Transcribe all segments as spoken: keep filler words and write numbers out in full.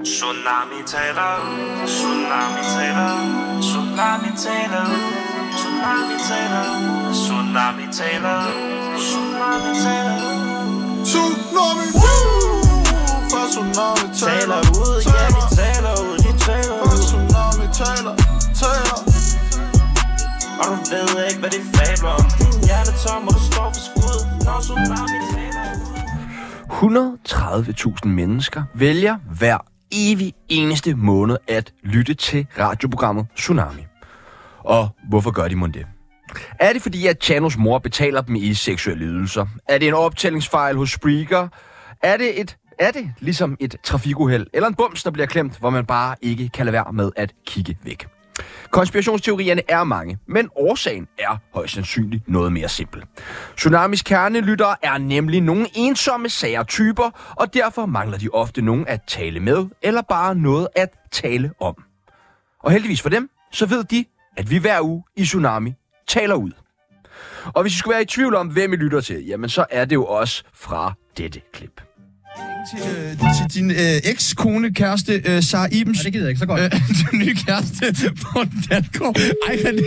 Tsunami taler, tsunami taler, tsunami taler, tsunami taler, tsunami taler, tsunami taler. Tsunami, for tsunami taler ud, ja de taler ud, de taler ud. For tsunami taler, taler. Og du ved ikke hvad de fabler om. Din hjerte tom, og du står for skud, når tsunami taler ud. et hundrede og tredive tusind mennesker vælger hver evig eneste måned at lytte til radioprogrammet Tsunami. Og hvorfor gør de mon det? Er det fordi, at Chanos mor betaler dem i seksuelle ydelser? Er det en optællingsfejl hos Spreaker? Er det et Er det ligesom et trafikuheld eller en bums, der bliver klemt, hvor man bare ikke kan lade være med at kigge væk? Konspirationsteorierne er mange, men årsagen er højst sandsynligt noget mere simpel. Tsunamis kernelyttere er nemlig nogle ensomme sager-typer, og derfor mangler de ofte nogen at tale med, eller bare noget at tale om. Og heldigvis for dem, så ved de, at vi hver uge i Tsunami taler ud. Og hvis I skulle være i tvivl om, hvem I lytter til, jamen så er det jo også fra dette klip. Til, øh, til din øh, eks-kone, kæreste, øh, Sara Ibens... Nej, det gider jeg ikke, så godt. Øh, din nye kæreste, Morten Dalgaard. Ej, René.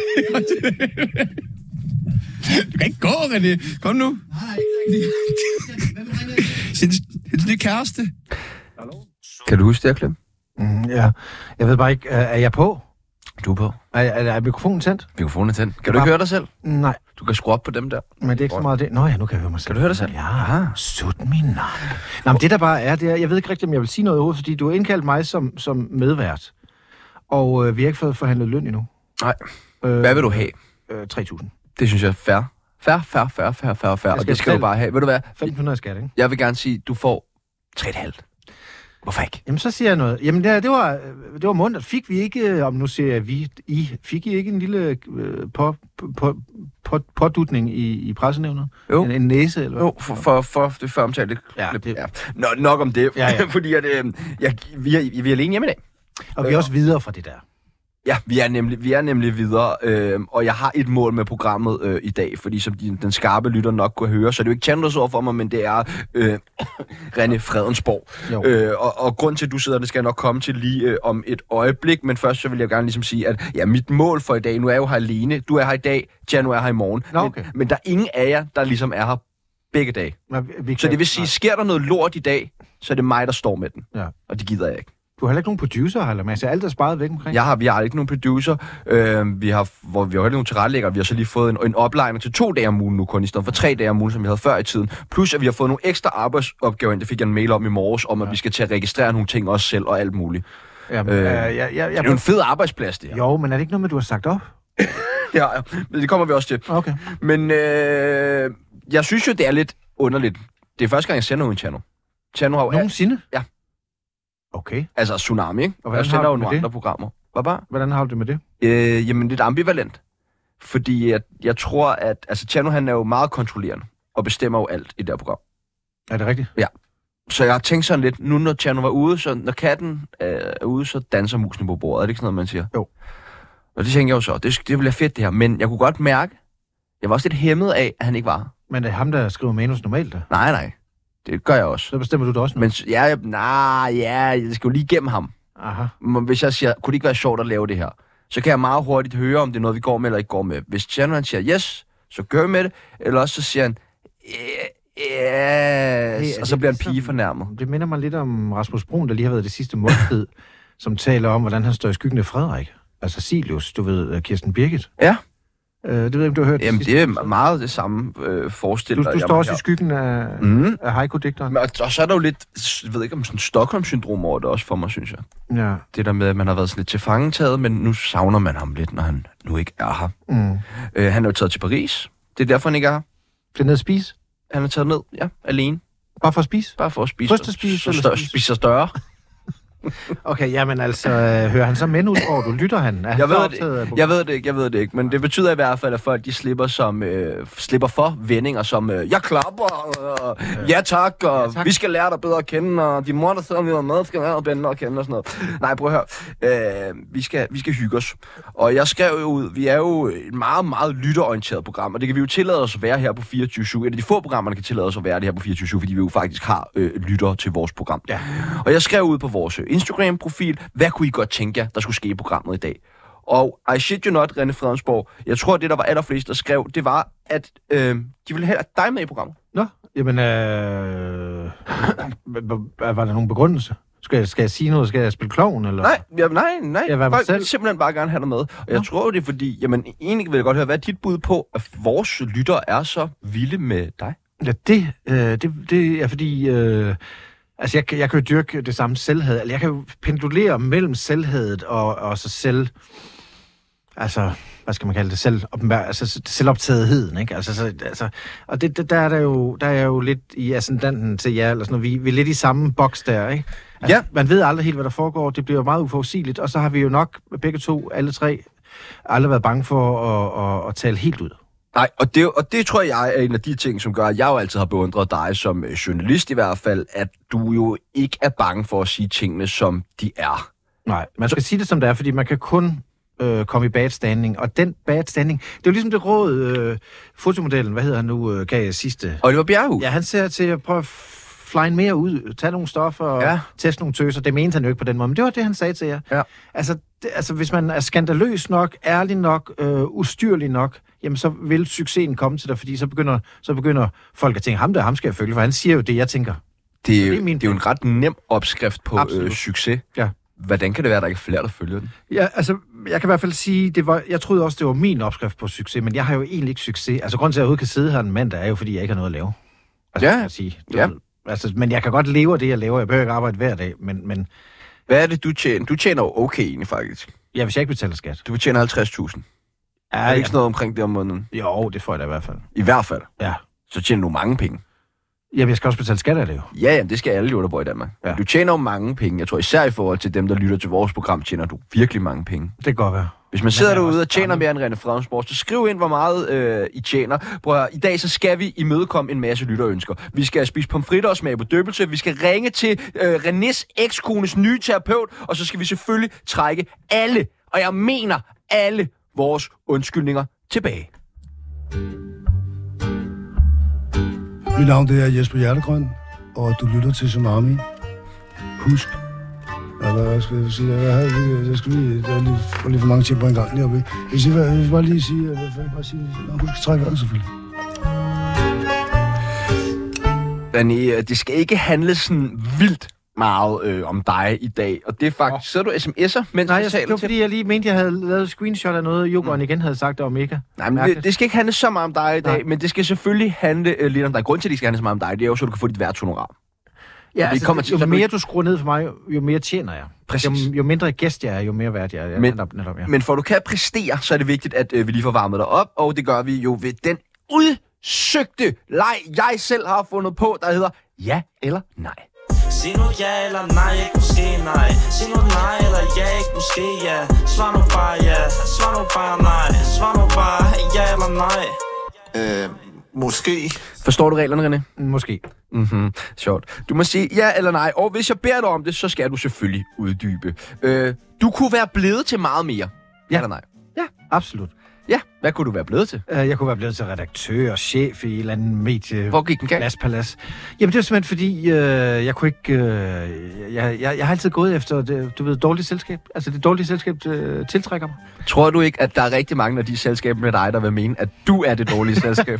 Du kan ikke gå, René. Kom nu. Nej, ikke rigtigt. Hendes, hendes nye kæreste. Kan du huske det her klip? Mm, ja. Jeg ved bare ikke, er, er jeg på? Du er på. Er, er, er mikrofonen tændt? Mikrofonen er tændt. Kan du ikke høre dig selv? Nej, Du kan skrue op på dem der. men det er ikke så meget det. Nå ja, nu kan jeg høre mig selv. Kan du høre dig selv? Ja, sut min navn. Nå, men det der bare er, det er, jeg ved ikke rigtigt, om jeg vil sige noget overhovedet, fordi du har indkaldt mig som, som medvært. Og øh, vi har ikke fået forhandlet løn endnu. Nej. Øh, Hvad vil du have? Øh, tre tusind. Det synes jeg er fair. Fair, fair, fair, fair, fair, fair. Og skal det skal du betale bare have. Ved du hvad? fem hundrede skat, ikke? Jeg vil gerne sige, du får tre komma fem. Hvorfor ikke? Jamen, så siger jeg noget. Jamen, det, det var, det var mundt. Fik vi ikke, om nu siger jeg vi, I, fik I ikke en lille øh, på, på, på, pådutning i, i pressenævnet? Jo. En, en næse, eller hvad? Jo, for, for, for det før omtalte Ja, klip. det- Ja. Nå, nok om det. Ja, ja. Fordi at, øh, jeg, vi, er, vi er alene hjemme i dag. Og vi er også videre fra det der. Ja, vi er nemlig, vi er nemlig videre, øh, og jeg har et mål med programmet øh, i dag, fordi som de, den skarpe lytter nok kunne høre, så det er jo ikke Chandlers ord for mig, men det er øh, René Fredensborg. Øh, og, og grund til, at du sidder, det skal jeg nok komme til lige øh, om et øjeblik, men først så vil jeg gerne ligesom sige, at ja, mit mål for i dag, nu er jeg jo her alene, du er her i dag, Chano er her i morgen, Nå, okay. men, men der er ingen af jer, der ligesom er her begge dage. Men, vi Så kan- det vil sige, sker der noget lort i dag, så er det mig, der står med den, Ja. og det gider jeg ikke. Du har heller ikke nogen producer, eller Mads? Alt er sparet væk omkring. Jeg har, vi har ikke nogen producer, øh, vi har, hvor vi har heller nogen tilrettelæggere, vi har så lige fået en, en oplejning til to dage om ugen nu kun, i stedet for tre dage om ugen, som vi havde før i tiden. Plus, at vi har fået nogle ekstra arbejdsopgaver ind, det fik jeg en mail om i morges, om at ja. vi skal til at registrere nogle ting også selv og alt muligt. Jamen, Øh, øh, jeg, jeg, jeg, Det er jo en fed arbejdsplads, det her. Jo, men er det ikke noget med, du har sagt op? Ja, ja, men det kommer vi også til. Okay. Men øh, jeg synes jo, det er lidt underligt. Det er første gang, jeg sender uden Chano. Chano har jo... Nogensinde? Ja. Okay. Altså Tsunami, ikke? Og hvordan jeg sender har jo du nogle med andre det? programmer. Hvad bare? Hvordan har du det med det? Øh, jamen, lidt ambivalent. Fordi jeg, jeg tror, at... Altså, Chano, han er jo meget kontrollerende. Og bestemmer jo alt i det her program. Er det rigtigt? Så jeg har tænkt sådan lidt... Nu, når Chano var ude, så når katten er ude, så danser musene på bordet. Er det ikke sådan noget, man siger? Jo. Og det tænker jeg jo så. Det, det bliver fedt, det her. Men jeg kunne godt mærke... Jeg var også lidt hæmmet af, at han ikke var her. Men det er ham, der skriver manus normalt, da. Nej, nej. Det gør jeg også. Så bestemmer du det også nu. Men ja, jeg, nej, ja, jeg skal jo lige gennem ham. Aha. Men hvis jeg siger, kunne det ikke være sjovt at lave det her? Så kan jeg meget hurtigt høre, om det er noget, vi går med eller ikke går med. Hvis Chano han siger yes, så gør vi med det. Eller også så siger han yes, Hey, og så det bliver han ligesom- pige fornærmet. Det minder mig lidt om Rasmus Brun, der lige har været det sidste måltid, som taler om, hvordan han står i skyggen af Frederik. Altså Silius, du ved, Kirsten Birgit. Ja. Øh, det ved jeg, om du har hørt. Jamen, sidste- det er meget det samme øh, forestil Du, dig, du jeg står mig også her. i skyggen af, Mhm. af haiku-digteren. Men, og, og så er der jo lidt, jeg ved ikke om sådan Stockholm-syndrom over det også for mig, synes jeg. Ja. Det der med, at man har været sådan lidt til fangetaget, men nu savner man ham lidt, når han nu ikke er her. Mm. Øh, han er jo taget til Paris. Det er derfor, han ikke er her. Det er ned at spise. Han er taget ned, ja, alene. Bare for at spise. Bare for at spise. Trøstespise så, eller så, spise? spise større. Okay, jamen altså, øh, hører han så med nu, hvor du lytter han? Er han Jeg så ved, optaget af det, jeg ved det ikke, jeg ved det ikke. Men det betyder i hvert fald, at folk de slipper, som, øh, slipper for vendinger som øh, jeg klapper, og øh, ja tak, og Ja, tak. vi skal lære dig bedre at kende, og de mor, der sidder med med, skal lære dig bedre at kende og sådan noget. Nej, prøv at høre. Øh, vi, skal, vi skal hygge os. Og jeg skrev jo ud, vi er jo et meget, meget lytterorienteret program, og det kan vi jo tillade os at være her på fireogtyve syv. Et af de få programmer, der kan tillade os at være det her på fireogtyve syv, fordi vi jo faktisk har øh, lyttere til vores program. Ja. Og jeg skrev ud på vores Instagram-profil. Hvad kunne I godt tænke jer, der skulle ske i programmet i dag? Og I shit you not, René Fredensborg, jeg tror, det der var allerflest, der skrev, det var, at øh, de ville have dig med i programmet. Nå, jamen, øh, var der nogen begrundelse? Skal jeg, skal jeg sige noget? Skal jeg spille klovn, eller? Nej, ja, nej, nej. Jeg vil Folk selv. vil simpelthen bare gerne have dig med. Og jeg tror jo, det er fordi, jamen, egentlig vil jeg godt høre, hvad er dit bud på, at vores lytter er så vilde med dig? Ja, det, øh, det, det er fordi... Øh, altså, jeg, jeg kan jo dyrke det samme selvhed. Eller jeg kan jo pendulere mellem selvhadet og, og så selv... Altså, hvad skal man kalde det? Selv, altså, selvoptagetheden, ikke? Altså, så, altså, og det, det, der, er der, jo, der er jeg jo lidt i ascendanten til jer, eller sådan noget. Vi, vi er lidt i samme boks der, ikke? Altså, Ja. Man ved aldrig helt, hvad der foregår. Det bliver jo meget uforudsigeligt. Og så har vi jo nok, begge to, alle tre, aldrig været bange for at, at, at tale helt ud. Nej, og det, og det tror jeg er en af de ting, som gør, at jeg jo altid har beundret dig som journalist i hvert fald, at du jo ikke er bange for at sige tingene, som de er. Nej, man skal sige det, som det er, fordi man kan kun øh, komme i bad standing. Og den bad standing, det er jo ligesom det råd, øh, fotomodellen, hvad hedder han nu, øh, gav jeg sidste... Og det var Bjerghus. Ja, han ser til at prøve at flyne mere ud, tage nogle stoffer og Ja. ja. teste nogle tøser. Det mente han jo ikke på den måde, men det var det, han sagde til jer. Ja. Altså, det, altså hvis man er skandaløs nok, ærlig nok, øh, ustyrlig nok, jamen så vil succesen komme til dig, fordi så begynder, så begynder folk at tænke, ham der, ham skal jeg følge, for han siger jo det, jeg tænker. Det er, Det er jo, min det er jo en ret nem opskrift på øh, succes. Ja. Hvordan kan det være, at der ikke er flere, der følger den? Ja, altså, jeg kan i hvert fald sige, det var, jeg troede også, det var min opskrift på succes, men jeg har jo egentlig ikke succes. Altså, grunden til, at jeg overhovedet kan sidde her en mandag, er jo, fordi jeg ikke har noget at lave. Altså, Ja. kan jeg sige. Du Ja. ved, altså, men jeg kan godt leve af det, jeg laver. Jeg behøver ikke arbejde hver dag, men, men Hvad er det, du tjener? Du tjener jo okay egentlig, faktisk. ja, hvis jeg ikke betaler skat. Du tjener halvtreds tusind. Ja, Er det ikke sådan noget omkring det om måneden? Jo, det får jeg da i hvert fald. I hvert fald. Ja. Så tjener du mange penge. Jamen, jeg skal også betale skat af det jo. Ja, ja, det skal alle jo, der bor i Danmark. Ja. Du tjener jo mange penge. Jeg tror især i forhold til dem, der lytter til vores program, tjener du virkelig mange penge. Det kan godt være. Hvis man sidder jeg er derude også og tjener gammel. mere end René Fredensborg, så skriv ind, hvor meget øh, I tjener. Prøv at, høre, i dag så skal vi imødekomme en masse lytterønsker. Vi skal spise pomfritter og smage på døbelse. Vi skal ringe til øh, Renés ekskones nye terapeut, og så skal vi selvfølgelig trække alle, og jeg mener alle vores undskyldninger tilbage. Mit navn det er Jesper Hjertegrøn, og du lytter til Tsunami. Husk. Ja, hvad skal jeg sige? Jeg, havde lige, jeg skal lige, der er lige, for lige for mange ting på en gang lige oppe. Jeg vil, jeg vil bare lige sige, hvad fanden bare sige? Husk at trække vejret selvfølgelig. René, det skal ikke handle sådan vildt meget øh, om dig i dag, og det er faktisk... Sidder du sms'er, mens Nej, vi jeg, taler det var til? fordi, jeg lige mente, jeg havde lavet et screenshot af noget, Jokeren mm. igen havde sagt om Mega. Nej, men det, det skal ikke handle så meget om dig i dag, Nej. men det skal selvfølgelig handle øh, lidt om dig. Grunden til, at det ikke skal handle så meget om dig, det er jo, så du kan få dit værtshonorar. Ja, altså, kommer til- jo så du mere ikke- du skruer ned for mig, jo, jo mere tjener jeg. Præcis. Jo, jo mindre gæst jeg er, jo mere værd jeg er. Men- netop, netop, ja. Men for at du kan præstere, så er det vigtigt, at øh, vi lige får varmet dig op, og det gør vi jo ved den udsøgte leg, jeg selv har fundet på, der hedder ja eller nej. Sig nu ja eller nej, ikke måske nej. Sig nu nej eller ja, ikke måske ja. Svar nu bare ja, svar nu bare nej. Svar nu bare ja eller nej. Øh, måske. Forstår du reglerne, René? Måske. Mhm, sjovt. Du må sige ja eller nej, og hvis jeg beder dig om det, så skal du selvfølgelig uddybe. Øh, du kunne være blevet til meget mere. Ja, Ja. eller nej? Ja, absolut. Ja, hvad kunne du være blevet til? Uh, jeg kunne være blevet til redaktør og chef i et eller andet medie. Hvor gik den galt? Glaspalads. Jamen, det var simpelthen fordi, uh, jeg kunne ikke... Uh, jeg, jeg, jeg har altid gået efter, det, du ved, dårligt selskab. Altså, det dårlige selskab uh, tiltrækker mig. Tror du ikke, at der er rigtig mange af de selskaber med dig, der vil mene, at du er det dårlige selskab?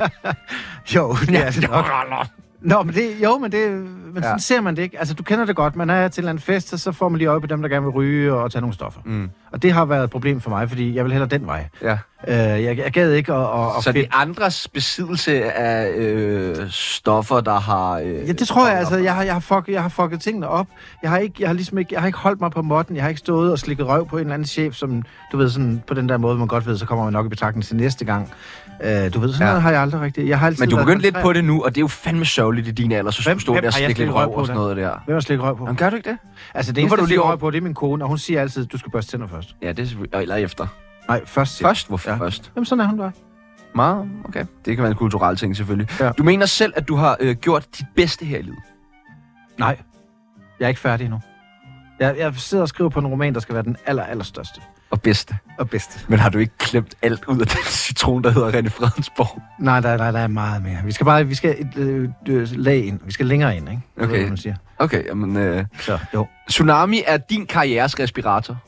Jo, det er det nok. nok. Nå, men det, jo, men, det, men Ja. sådan ser man det ikke. Altså, du kender det godt. Man er til en eller anden fest, og så får man lige øje på dem, der gerne vil ryge og tage nogle stoffer. Mm. Og det har været et problem for mig, fordi jeg vil hellere den vej. Ja. Uh, jeg, jeg gad ikke at... at, at Så det fedt- er andres besiddelse af øh, stoffer, der har... Øh, Ja, det tror jeg, altså. Jeg har, jeg, har fucket, jeg har fucket tingene op. Jeg har, ikke, jeg, har ligesom ikke, jeg har ikke holdt mig på måtten. Jeg har ikke stået og slikket røv på en eller anden chef, som, du ved, sådan, på den der måde, man godt ved, så kommer man nok i betragtning til næste gang. Uh, du ved, sådan Ja. noget har jeg aldrig rigtigt. Jeg har altid Men du er været begyndt lidt koncentreret. på det nu, og det er jo fandme sørgeligt i din alder, så skulle Hvem- du stå hvem der og har jeg slikke lidt slikket røv røv på og sådan der? noget der. Hvem har slikket røv på? Jamen, gør du ikke det? Altså, det Nu eneste, får du jeg lige slikker over- røv på, det er min kone, og hun siger altid, du skal børste tænder først. Ja, det er selvfølgelig... Eller efter. Nej, først siger Først? Hvorfor Ja. først? Jamen, sådan er hun bare. Meget? Okay. Det kan være en kulturel ting, selvfølgelig. Ja. Du mener selv, at du har øh, gjort dit bedste her i livet? Nej, jeg er ikke færdig endnu. Jeg, jeg sidder og skriver på en roman, der skal være den aller, allerstørste. Og bedste. Og bedste. Men har du ikke klemt alt ud af den citron, der hedder René Fredensborg? Nej, der, der, der er meget mere. Vi skal bare vi skal et øh, øh, lag ind. Vi skal længere ind, ikke? Det Okay. ved, man siger. Okay, jamen... Øh... Så, jo. Tsunami er din karrieres respirator.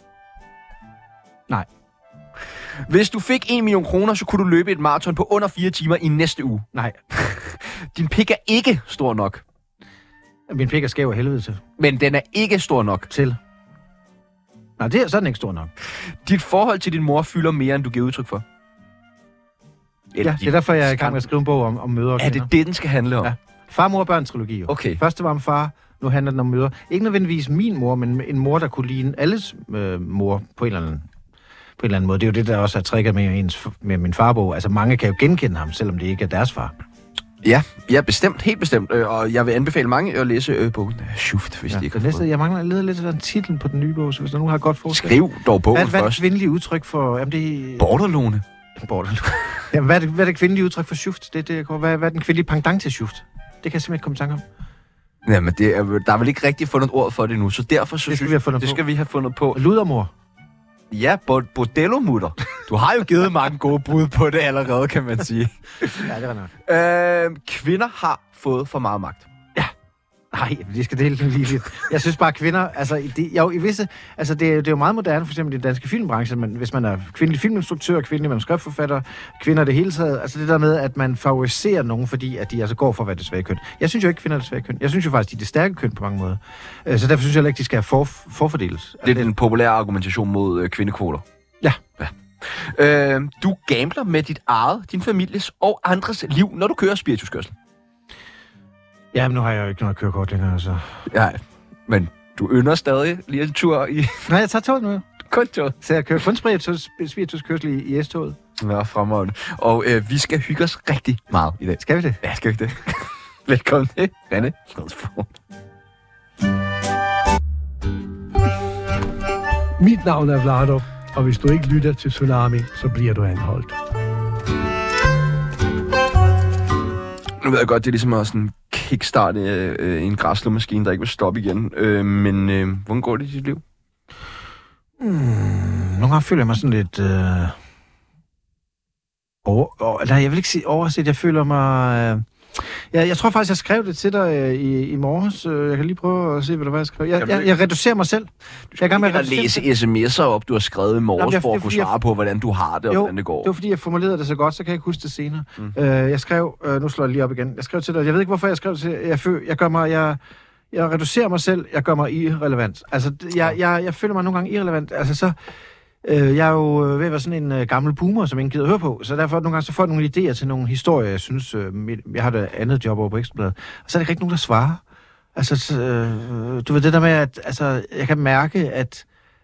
Nej. Hvis du fik en million kroner, så kunne du løbe et maraton på under fire timer i næste uge. Nej. Din pik er ikke stor nok. Min pik er skæv af helvede til. Men den er ikke stor nok. Til. Nej, det er sådan ikke stor nok. Dit forhold til din mor fylder mere, end du giver udtryk for. Ja, det er derfor, jeg er i gang med at skrive en bog om, om mødre og Er kvinder. det det, den skal handle om? Ja. Far, mor og børn trilogi jo. Okay. Første var om far, nu handler den om mødre. Ikke nødvendigvis min mor, men en mor, der kunne ligne alles øh, mor på en eller anden på en eller anden måde. Det er jo det, der også er tricket med, ens, med min farbog. Altså, mange kan jo genkende ham, selvom det ikke er deres far. Ja, ja, bestemt. Helt bestemt. Øh, Og jeg vil anbefale mange at læse øh, bogen Schuft, hvis Ja. de ikke har Næste, fået. jeg mangler lidt lidt af den titel på den nye bog, så hvis der nu har et godt forslag. Skriv dog bogen Hvad, hvad er det først. kvindelige udtryk for... Jamen, det er... Borderlone. Borderlone. Jamen, hvad er, det, hvad er det kvindelige udtryk for schuft? Det, er det, jeg går- hvad, hvad er den kvindelige pendant til schuft? Det kan jeg simpelthen ikke komme i tanke om. Jamen, det er, der er vel ikke rigtig fundet et ord for det nu, så derfor så Det skal synes- vi have fundet det på. skal vi have fundet på. Ludermor. Ja, bod- bordello-mutter. Du har jo givet mange gode bud på det allerede, kan man sige. Ja, det er nok. øh, kvinder har fået for meget magt. Nej, de skal dele den lige lidt. Jeg synes bare, at kvinder, altså, i det, jo, i visse, altså det, er- det er jo meget moderne, for eksempel i den danske filmbranche, men hvis man er kvindelig filminstruktør, kvindelig manuskriptforfatter, kvinder i det hele taget, altså det der med, at man favoriserer nogen, fordi at de altså går for at være det svage køn. Jeg synes jo ikke, kvinder er det svage køn. Jeg synes jo faktisk, de er det stærke køn på mange måder. Øh, Så derfor synes jeg heller ikke, de skal for, forfordeles. Det er den populære argumentation mod øh, kvindekvoter. Ja. ja. Øh, du gambler med dit eget, din families og andres liv, når du kører spirituskørsel. Ja, men nu har jeg jo ikke noget kørekort længere, så... Ja, men du ynder stadig lige en tur i Nej, jeg tager toget nu. kontoret. Så jeg kører kun spiritus, spirituskørsel i, i S-toget. Ja, fremragende. Og øh, vi skal hygge os rigtig meget i dag. Skal vi det? Ja, skal vi ikke det? Velkommen til René Fredensborg. Mit navn er Vlado, og hvis du ikke lytter til Tsunami, så bliver du anholdt. Nu ved jeg godt, det er ligesom at sådan kickstarte øh, en græsslåmaskine, der ikke vil stoppe igen. Øh, men øh, hvordan går det i dit liv? Hmm, nogle gange føler jeg mig sådan lidt... Øh... Over, over, nej, jeg vil ikke sige overset. Jeg føler mig... Øh... Jeg, jeg tror faktisk, jeg skrev det til dig øh, i, i morges. Øh, Jeg kan lige prøve at se, hvad der var, jeg skrev. Jeg, jeg, jeg reducerer mig selv. Du Jeg er skal i gang med ikke at reducere læse sms'er op, du har skrevet i morges, Jamen, jeg- for det at er kunne fordi, jeg- svare på, hvordan du har det, og Jo, hvordan det går. Det var fordi, jeg formulerede det så godt, så kan jeg ikke huske det senere. Mm. Mm. Øh, jeg skrev... Øh, nu slår jeg lige op igen. Jeg skrev til dig... Jeg ved ikke, hvorfor jeg skrev til jeg, føl, jeg gør mig... Jeg, jeg reducerer mig selv. Jeg gør mig irrelevant. Altså, d- jeg, jeg, jeg føler mig nogle gange irrelevant. Altså, så... Øh, jeg er jo øh, ved at være sådan en øh, gammel boomer, som ingen gider at høre på. Så derfor nogle gange så får jeg nogle idéer til nogle historier, jeg synes... Øh, mit, jeg har et andet job over på Ekstrabladet. Og så er der ikke rigtig nogen, der svarer. Altså, så, øh, du ved det der med, at altså, jeg kan mærke, at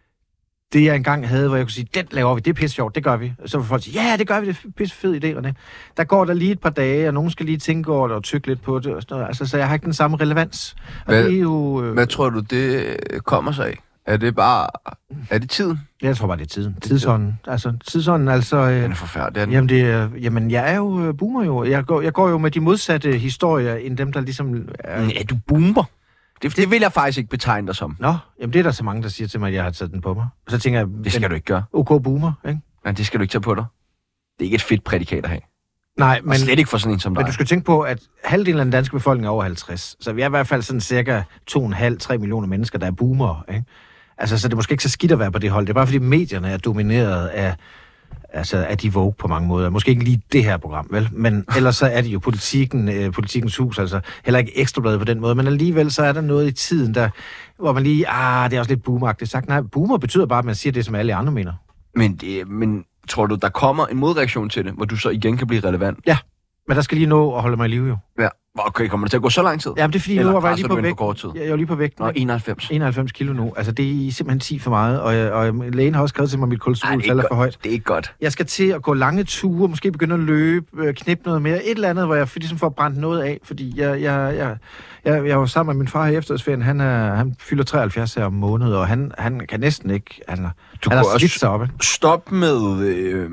det, jeg engang havde, hvor jeg kunne sige, den laver vi, det er pisse sjovt, det gør vi. Og så vil folk sige, ja, det gør vi, det er pisse fed idé, René. Der går der lige et par dage, og nogen skal lige tænke over det og tykke lidt på det. Og sådan noget. Altså, så jeg har ikke den samme relevans. Og Hvad- det er jo... Øh, Hvad tror du, det kommer sig af? Er det bare... Er det tiden? jeg tror bare, det er tiden. Tidsånden. Altså, tidsånden, altså... Øh, Den er forfærdelig. er den? Jamen, det, er- jamen, jeg er jo øh, boomer jo. Jeg går, jeg går jo med de modsatte historier, end dem, der ligesom... Er... Ja, du boomer. Det, det vil jeg faktisk ikke betegne dig som. Nå, jamen det er der så mange, der siger til mig, at jeg har taget den på mig. Og så tænker jeg... Det skal men- du ikke gøre. OK boomer, ikke? Nej, det skal du ikke tage på dig. Det er ikke et fedt prædikat at have. Nej, Men, men... og slet ikke for sådan en som dig. Men du skal tænke på, at halvdelen af den danske befolkning er over halvtreds. Så vi er i hvert fald sådan cirka to komma fem til tre millioner mennesker, der er boomere, ikke? Altså, så det er måske ikke så skidt at være på det hold. Det er bare fordi medierne er domineret af, altså, af de Vogue på mange måder. Måske ikke lige det her program, vel? Men ellers så er det jo politikken, øh, politikens hus, altså heller ikke Ekstrabladet på den måde. Men alligevel så er der noget i tiden, der, hvor man lige, ah, det er også lidt boomeragtigt sagt. Nej, boomer betyder bare, at man siger det, som alle andre mener. Men, det, men tror du, der kommer en modreaktion til det, hvor du så igen kan blive relevant? Men der skal lige nå at holde mig i live, jo. Ja. Okay, kommer det til at gå så lang tid? Jamen, det er fordi, Eller nu var jeg presser lige du på ind på vægt. kort tid? Jeg, jeg var lige på vægten. Nå, ikke? enoghalvfems. enoghalvfems kilo nu. Altså, det er simpelthen ti for meget, og, og lægen har også skrevet til mig, at mit Ej, kolesterol det er er godt. for højt. Det er ikke godt. Jeg skal til at gå lange ture, måske begynde at løbe, øh, knippe noget mere. Et eller andet, hvor jeg ligesom får brændt noget af, fordi jeg, jeg, jeg, jeg, jeg var sammen med min far i efterårsferien. Han, er, han fylder treoghalvfjerds her om måneden, og han, han kan næsten ikke... Han, Du han kunne har også slidt sig op, ikke? Stop med øh,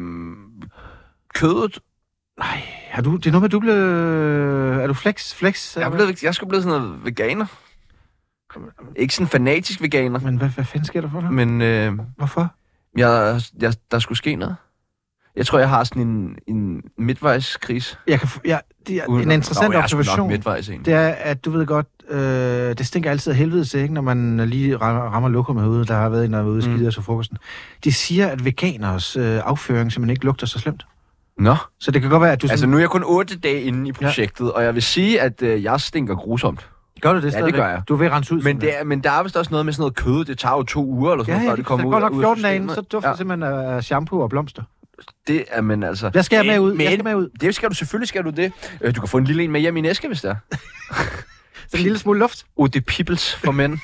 kødet. Nej, har du, det er noget med, du blev... Er du flex? flex Jeg er, blevet, jeg er sgu blevet sådan noget veganer. Ikke sådan fanatisk veganer, Men hvad, hvad fanden sker der for dig? men øh, Hvorfor? jeg, jeg, der skulle ske noget. Jeg tror, jeg har sådan en, en midtvejskris. Jeg kan, f- jeg, det er Uden- en interessant Nå, jeg er sgu nok observation. midtvejs, egentlig. Det er, at du ved godt, øh, det stinker altid af helvede til, ikke, når man lige rammer, rammer lokummet herude. Der har været en, der har været ude og skide mm. til frokosten. De siger, at veganers øh, afføring simpelthen ikke lugter så slemt. Nå, Så det kan godt være, at du altså sådan, nu er jeg kun otte dage inde i projektet, ja. og jeg vil sige, at øh, jeg stinker grusomt. gør du det Ja, stadigvæk? det gør jeg. Du er ved at rense ud. Men, det er, men der er vist også noget med sådan noget kød. Det tager jo to uger eller sådan ja, noget, ja, før det, det kommer det ud, går nok ud af fjorten dage, systemet. så dufter det simpelthen af shampoo og blomster. Det er, men altså... Jeg skal med ud. Men, Jeg skal med ud. Det skal du, selvfølgelig skal du det. Øh, Du kan få en lille en med hjem i en æske, hvis det er. Så en lille smule luft. Oh, det peoples for mænd.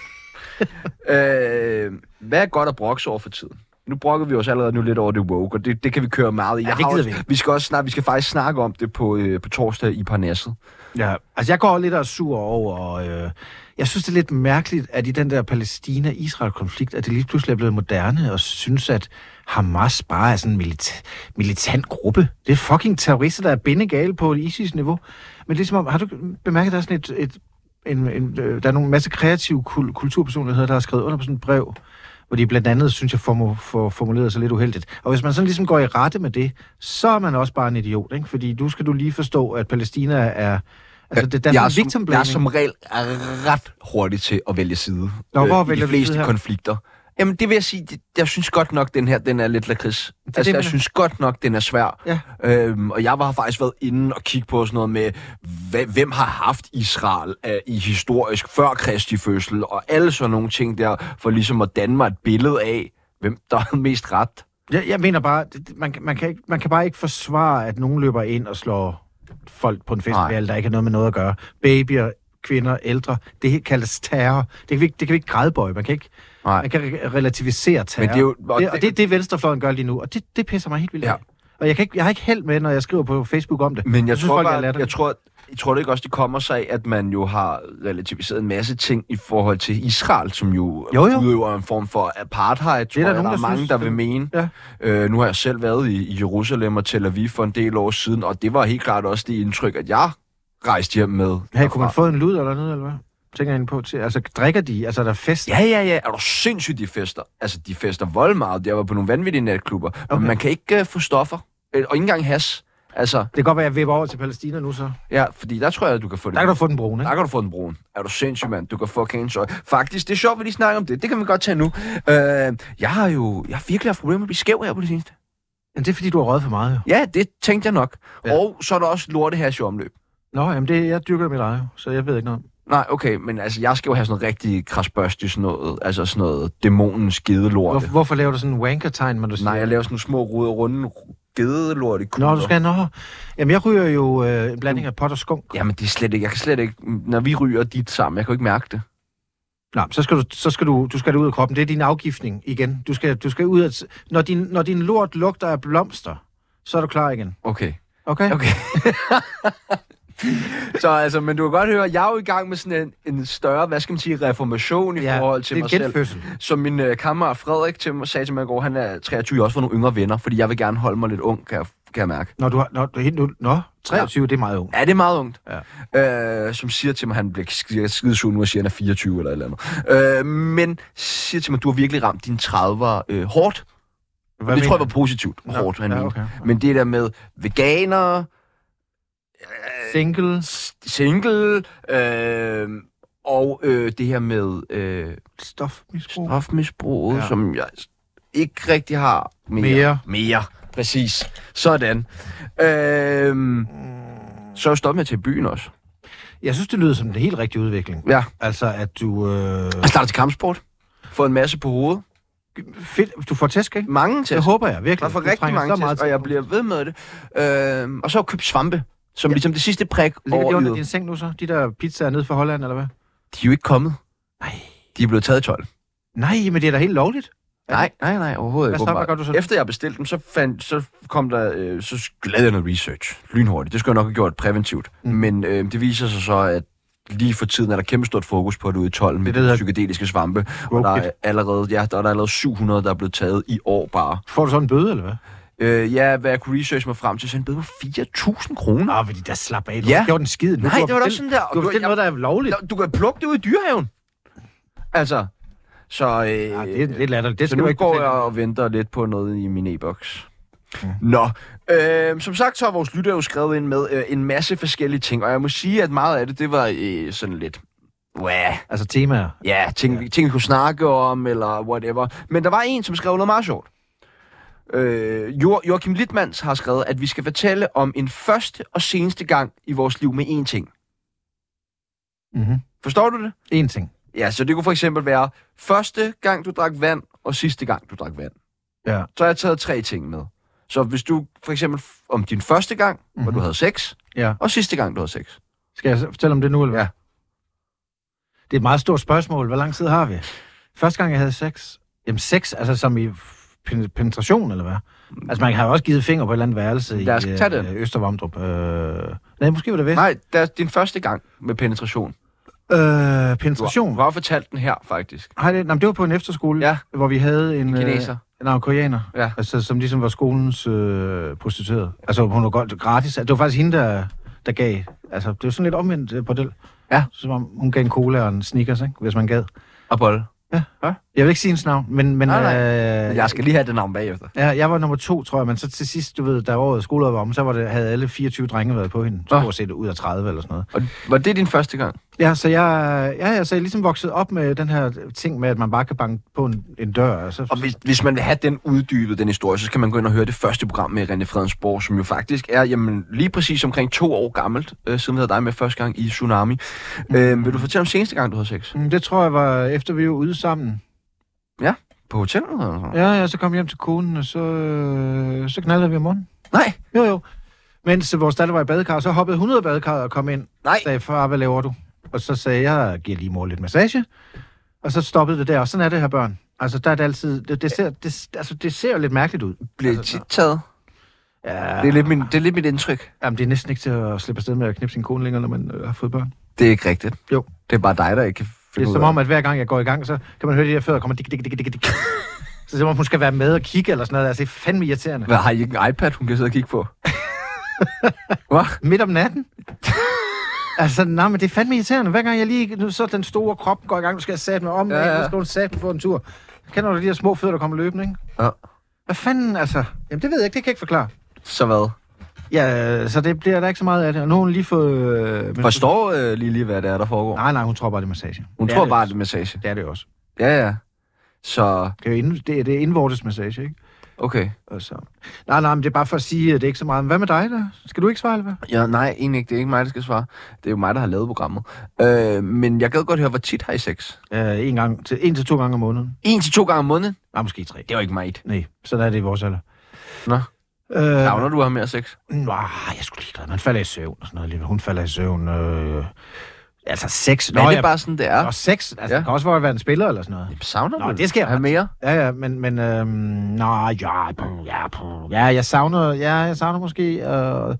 øh, hvad er godt at brokke over for tiden? Nu brokker vi os allerede nu lidt over det woke, og det, det kan vi køre meget i. Ja, Jeg det har gider også, vi. vi skal også snart, vi skal faktisk snakke om det på, øh, på torsdag i Parnasset. Ja, altså jeg går lidt og er sur over, og øh, jeg synes, det er lidt mærkeligt, at i den der Palæstina-Israel-konflikt, at det lige pludselig er blevet moderne, og synes, at Hamas bare er sådan en milit- militant gruppe. Det er fucking terrorister, der er bindegale på et ISIS-niveau. Men det er som om, har du bemærket, der er sådan et, et en, en, øh, der er nogle masse kreative kul- kulturpersonligheder, der har skrevet under på sådan et brev, hvor de blandt andet, synes jeg, får for, formuleret sig lidt uheldigt. Og hvis man sådan ligesom går i rette med det, så er man også bare en idiot, ikke? Fordi nu skal du lige forstå, at Palæstina er... Altså, det, der er jeg, er sådan en som, victim jeg er blaming. som regel ret hurtig til at vælge side Nå, hvor øh, i vælger de du fleste side her? konflikter. Jamen, det vil jeg sige, det, jeg synes godt nok, den her, den er lidt lakrids. Altså, det, jeg man- synes godt nok, den er svær. Ja. Øhm, og jeg har faktisk været inde og kigge på sådan noget med, hva- hvem har haft Israel øh, i historisk før Kristi fødsel, og alle sådan nogle ting der, for ligesom at danne mig et billede af, hvem der har mest ret. Jeg, jeg mener bare, det, man, man, kan ikke, man kan bare ikke forsvare, at nogen løber ind og slår folk på en festival, der ikke har noget med noget at gøre. Babyer, kvinder, ældre, det kaldes terror. Det kan vi ikke, det kan vi ikke gradbøje. Man kan ikke Nej. man kan re- relativisere terror. Men det er jo- og det, og det- det er det, venstrefløjen gør lige nu, og det, det pisser mig helt vildt Ja. af. Og jeg, kan ikke, jeg har ikke held med, når jeg skriver på Facebook om det. Men jeg, synes, tror folk er bare, latterlige. jeg tror, jeg tror det ikke også, det kommer sig af, at man jo har relativiseret en masse ting i forhold til Israel, som jo, Jo, jo. udøver en form for apartheid, tror der jeg, nogen, der er der mange, synes, der det- vil mene. Ja. Øh, nu har jeg selv været i, i Jerusalem og Tel Aviv for en del år siden, og det var helt klart også det indtryk, at jeg rejste hjem med. Hey, kunne man få en lud eller noget, eller hvad? Tænker jeg ind på til. Altså, drikker de? Altså, der er fest? Ja, ja, ja. Er du sindssygt, de fester? Altså, de fester vold meget. Jeg var på nogle vanvittige natklubber. Okay. Men man kan ikke uh, få stoffer. Øh, Og ikke engang has. Altså, Det kan godt være, at jeg vipper over til Palæstina nu, så. ja, fordi der tror jeg, at du kan få det. Der kan du få den brune, ikke? Der kan du få den brun. Er du sindssyg, mand? Du kan få cancel. Faktisk, det er sjovt, at vi lige snakker om det. Det kan vi godt tage nu. Øh, jeg har jo jeg har virkelig haft problemer med at blive skæv her på det seneste. Men det er, fordi du har røget for meget, jo. Ja, det tænkte jeg nok. Ja. Og så er der også lortehash i omløb. Nå, jamen det, jeg dyrker mit eget, jo, så jeg ved ikke noget. Nej, okay, men altså, jeg skal jo have sådan noget rigtig krasbørstigt, sådan noget, altså sådan noget dæmonens gedelorte. Hvor, hvorfor laver du sådan en wanker-tegn, når du siger? Nej, jeg laver sådan nogle små ruder runde gedelorte kugler. Nå, du skal nå. Jamen, jeg ryger jo øh, en blanding af pot og skunk. Jamen, det er slet ikke, jeg kan slet ikke, når vi ryger dit sammen, jeg kan jo ikke mærke det. Nå, så skal du, så skal du, du skal det ud af kroppen. Det er din afgiftning igen. Du skal, du skal ud af, når din, når din lort lugter af blomster, så er du klar igen. Okay. Okay? Okay. Så altså, men du kan godt høre, jeg er jo i gang med sådan en, en større, hvad skal man sige, reformation i Ja, forhold til det er mig en selv. genfødsel. Som min øh, kammerat Frederik til mig, sagde til mig i går, han er treogtyve, jeg har også fået nogle yngre venner, fordi jeg vil gerne holde mig lidt ung, kan jeg, kan jeg mærke. Når du har, når du er helt nu, nå, treogtyve, ja. Det er meget ung. Ja, det er meget ungt. Ja. Øh, som siger til mig, han bliver skide, skide sur nu og siger, han er fireogtyve eller et eller andet. Øh, men siger til mig, du har virkelig ramt dine trediver øh, hårdt. Hvad det tror jeg mener var positivt Nå, hårdt, han ja, mente. okay. Men det der med veganere, Single, single, øh, og øh, det her med øh, stofmisbrug. stofmisbruget, Ja. ja. som jeg ikke rigtig har mere. Mere. Mere, præcis. Sådan. Øh, så er jeg stoppet med til byen også. Jeg synes, det lyder som en helt rigtig udvikling. Ja, Altså, at du... Øh, jeg starter til kampsport. Fået en masse på hovedet. fedt, du får tæsk, ikke? Mange tæsk. Det håber jeg virkelig. Jeg får Du rigtig trænger mange så meget tæsk, og jeg til- bliver ved med det. Øh, og så har jeg købt svampe, som Ja. ja. ligesom det sidste prik Ligger de over under i. din seng nu så? De der pizzaer nede fra Holland, eller hvad? De er jo ikke kommet. Nej. De er blevet taget i tolv. Nej, men det er da helt lovligt. Nej, nej, nej, overhovedet Hvad ikke. så? Hvad åbenbart. gør du så? Efter jeg bestilte dem, så, fandt, så kom der, øh, så lavede jeg noget research. Lynhurtigt. Det skulle jeg nok have gjort præventivt. Mm. Mm. Men øh, det viser sig så, at lige for tiden er der kæmpe stort fokus på det ude i tolv med det, de der hedder psykedeliske svampe. Og der er allerede, ja, der er der allerede syv hundrede, der er blevet taget i år bare. Får du sådan en bøde, eller hvad? Øh, ja, hvad jeg kunne researche mig frem til, så en bøde på fire tusind kroner. Nå, fordi der slap af. Du Ja. har gjort en skid. Nu, Nej, du har det var da bestilt- sådan der. Du har bestilt jeg- noget, der er lovligt. Du kan plukke det ud i dyrehaven. Altså, så... Øh, Ja, det er lidt latterligt. Det så skal nu du ikke går betale. jeg og venter lidt på noget i min e-boks. Mm. Nå, øh, som sagt så har vores lytter jo skrevet ind med øh, en masse forskellige ting, og jeg må sige, at meget af det, det var øh, sådan lidt... Wow. Altså temaer. Ja, ting, ja. ting vi kunne snakke om, eller whatever. Men der var en, som skrev noget meget sjovt. Øh, jo, Joachim Littmans har skrevet, at vi skal fortælle om en første og seneste gang i vores liv med én ting. Mm-hmm. Forstår du det? En ting. Ja, så det kunne for eksempel være første gang, du drak vand, og sidste gang, du drak vand. Ja. Så har jeg taget tre ting med. Så hvis du for eksempel f- om din første gang, mm-hmm. hvor du havde sex, Ja. og sidste gang, du havde sex. Skal jeg fortælle om det nu, eller hvad? Ja. Det er et meget stort spørgsmål. Hvor lang tid har vi? Første gang, jeg havde sex? Jamen sex, altså som i pen- penetration, eller hvad? Altså man har jo også givet fingre på et eller andet værelse Lad os i tage den. øh, Østervamdrup. Øh... Nej, måske var det vest. Nej, det er din første gang med penetration. Øh, Du har, penetration. du har fortalt den her, faktisk. Har det, nej, det var på en efterskole, Ja. hvor vi havde en... Kineser. Øh, nej, koreaner. Ja. Altså, som ligesom var skolens øh, prostitueret. Altså, hun var godt gratis. Det var faktisk hende, der, der gav... Altså, det var sådan lidt omvendt øh, bordel. Ja. Som om hun gav en cola og en Snickers, ikke? Hvis man gad. Og bolle. Ja. Ja. Jeg vil ikke sige hendes navn, men... men Nej, nej. Øh, Jeg skal lige have det navn bagefter. Ja, jeg var nummer to, tror jeg, men så til sidst, du ved, da året skoleåret var om, så var det, havde alle fireogtyve drenge været på hende. Nå. Stort set ud af tredive eller sådan noget. Og var det din første gang? Ja, så jeg, ja, ja, så jeg er ligesom vokset op med den her ting med, at man bare kan banke på en, en dør. Og, så, Og hvis, hvis man vil have den uddybet, den historie, så skal man gå ind og høre det første program med René Fredensborg, som jo faktisk er jamen, lige præcis omkring to år gammelt, øh, siden vi havde dig med første gang i Tsunami. Mm. Øh, vil du fortælle om seneste gang, du havde sex? Mm, det tror jeg var, efter vi var ude sammen. Ja, på hotellet? Eller sådan? Ja, ja, så kom jeg hjem til konen, og så, øh, så knaldede vi om morgenen. Nej, Jo, jo. Mens vores datter var i badekar, så hoppede hun ud af badekarret og kom ind. nej. Sagde, far, hvad laver du? Og så sagde jeg, jeg giver lige mor lidt massage. Og så stoppede det der, og sådan er det her børn. Altså, der er det altid... Det, det, ser, det, altså, det ser jo lidt mærkeligt ud. Bliver det altså, tit taget? Ja, Det er, lidt min, det er lidt mit indtryk. Jamen, det er næsten ikke til at slippe afsted med at knippe sin kone længere, når man øh, har fået børn. Det er ikke rigtigt. Jo. Det er bare dig, der ikke kan Det finde er ud som af om, at hver gang jeg går i gang, så kan man høre de der fødder, kommer dik, dik, dik, dik, dik. Så det er som om, hun skal være med og kigge eller sådan noget. Altså, det er fandme irriterende. Hvad, har I ikke en iPad, hun kan sidde og kigge på? Hvad? Midt om natten? Altså, nej, men det er fandme irriterende. Hver gang jeg lige... Nu så den store krop går i gang, du skal have sat mig om, Ja, ja, ja. ja. Nu skal hun sat mig få en tur. Kender du de der små fødder, der kommer løbende, ikke? Ja. Hvad fanden, altså? Jamen, det ved jeg ikke, det kan jeg ikke forklare. Så hvad? Ja, så det bliver der ikke så meget af det. Og nu har hun lige fået... Øh, men- Forstår øh, lige, lige, hvad det er, der foregår? Nej, nej, hun tror bare, det er massage. Hun det tror er bare, det det er massage. Det er det jo også. Ja, ja. Så, Det er, jo ind, det, er, det er indvortes massage, ikke? okay. Og så. Nej, nej, men det er bare for at sige, at det er ikke så meget. Men hvad med dig, der? Skal du ikke svare, eller hvad? Ja, nej, egentlig ikke. Det er ikke mig, der skal svare. Det er jo mig, der har lavet programmet. Øh, men jeg gad godt høre, hvor tit har I sex? Øh, en, gang til, en til to gange om måneden. En til to gange om måneden? Nej, måske tre. Det er jo ikke meget. Nej, sådan er det i vores alder. Nå. Øh, Savner du at have mere sex? nej, jeg skulle ligeglad. Man falder i søvn og sådan noget. Lige. Hun falder i søvn. Øh, altså sex. Nå, er det ja, bare sådan, det er? Nå, sex. Altså, Ja. det kan også være en spiller eller sådan noget. Savner Nå, du det sker at have ret. mere? Ja, ja, men, men øhm, nå, ja, puh, ja, puh, ja, jeg savner, ja, jeg savner måske at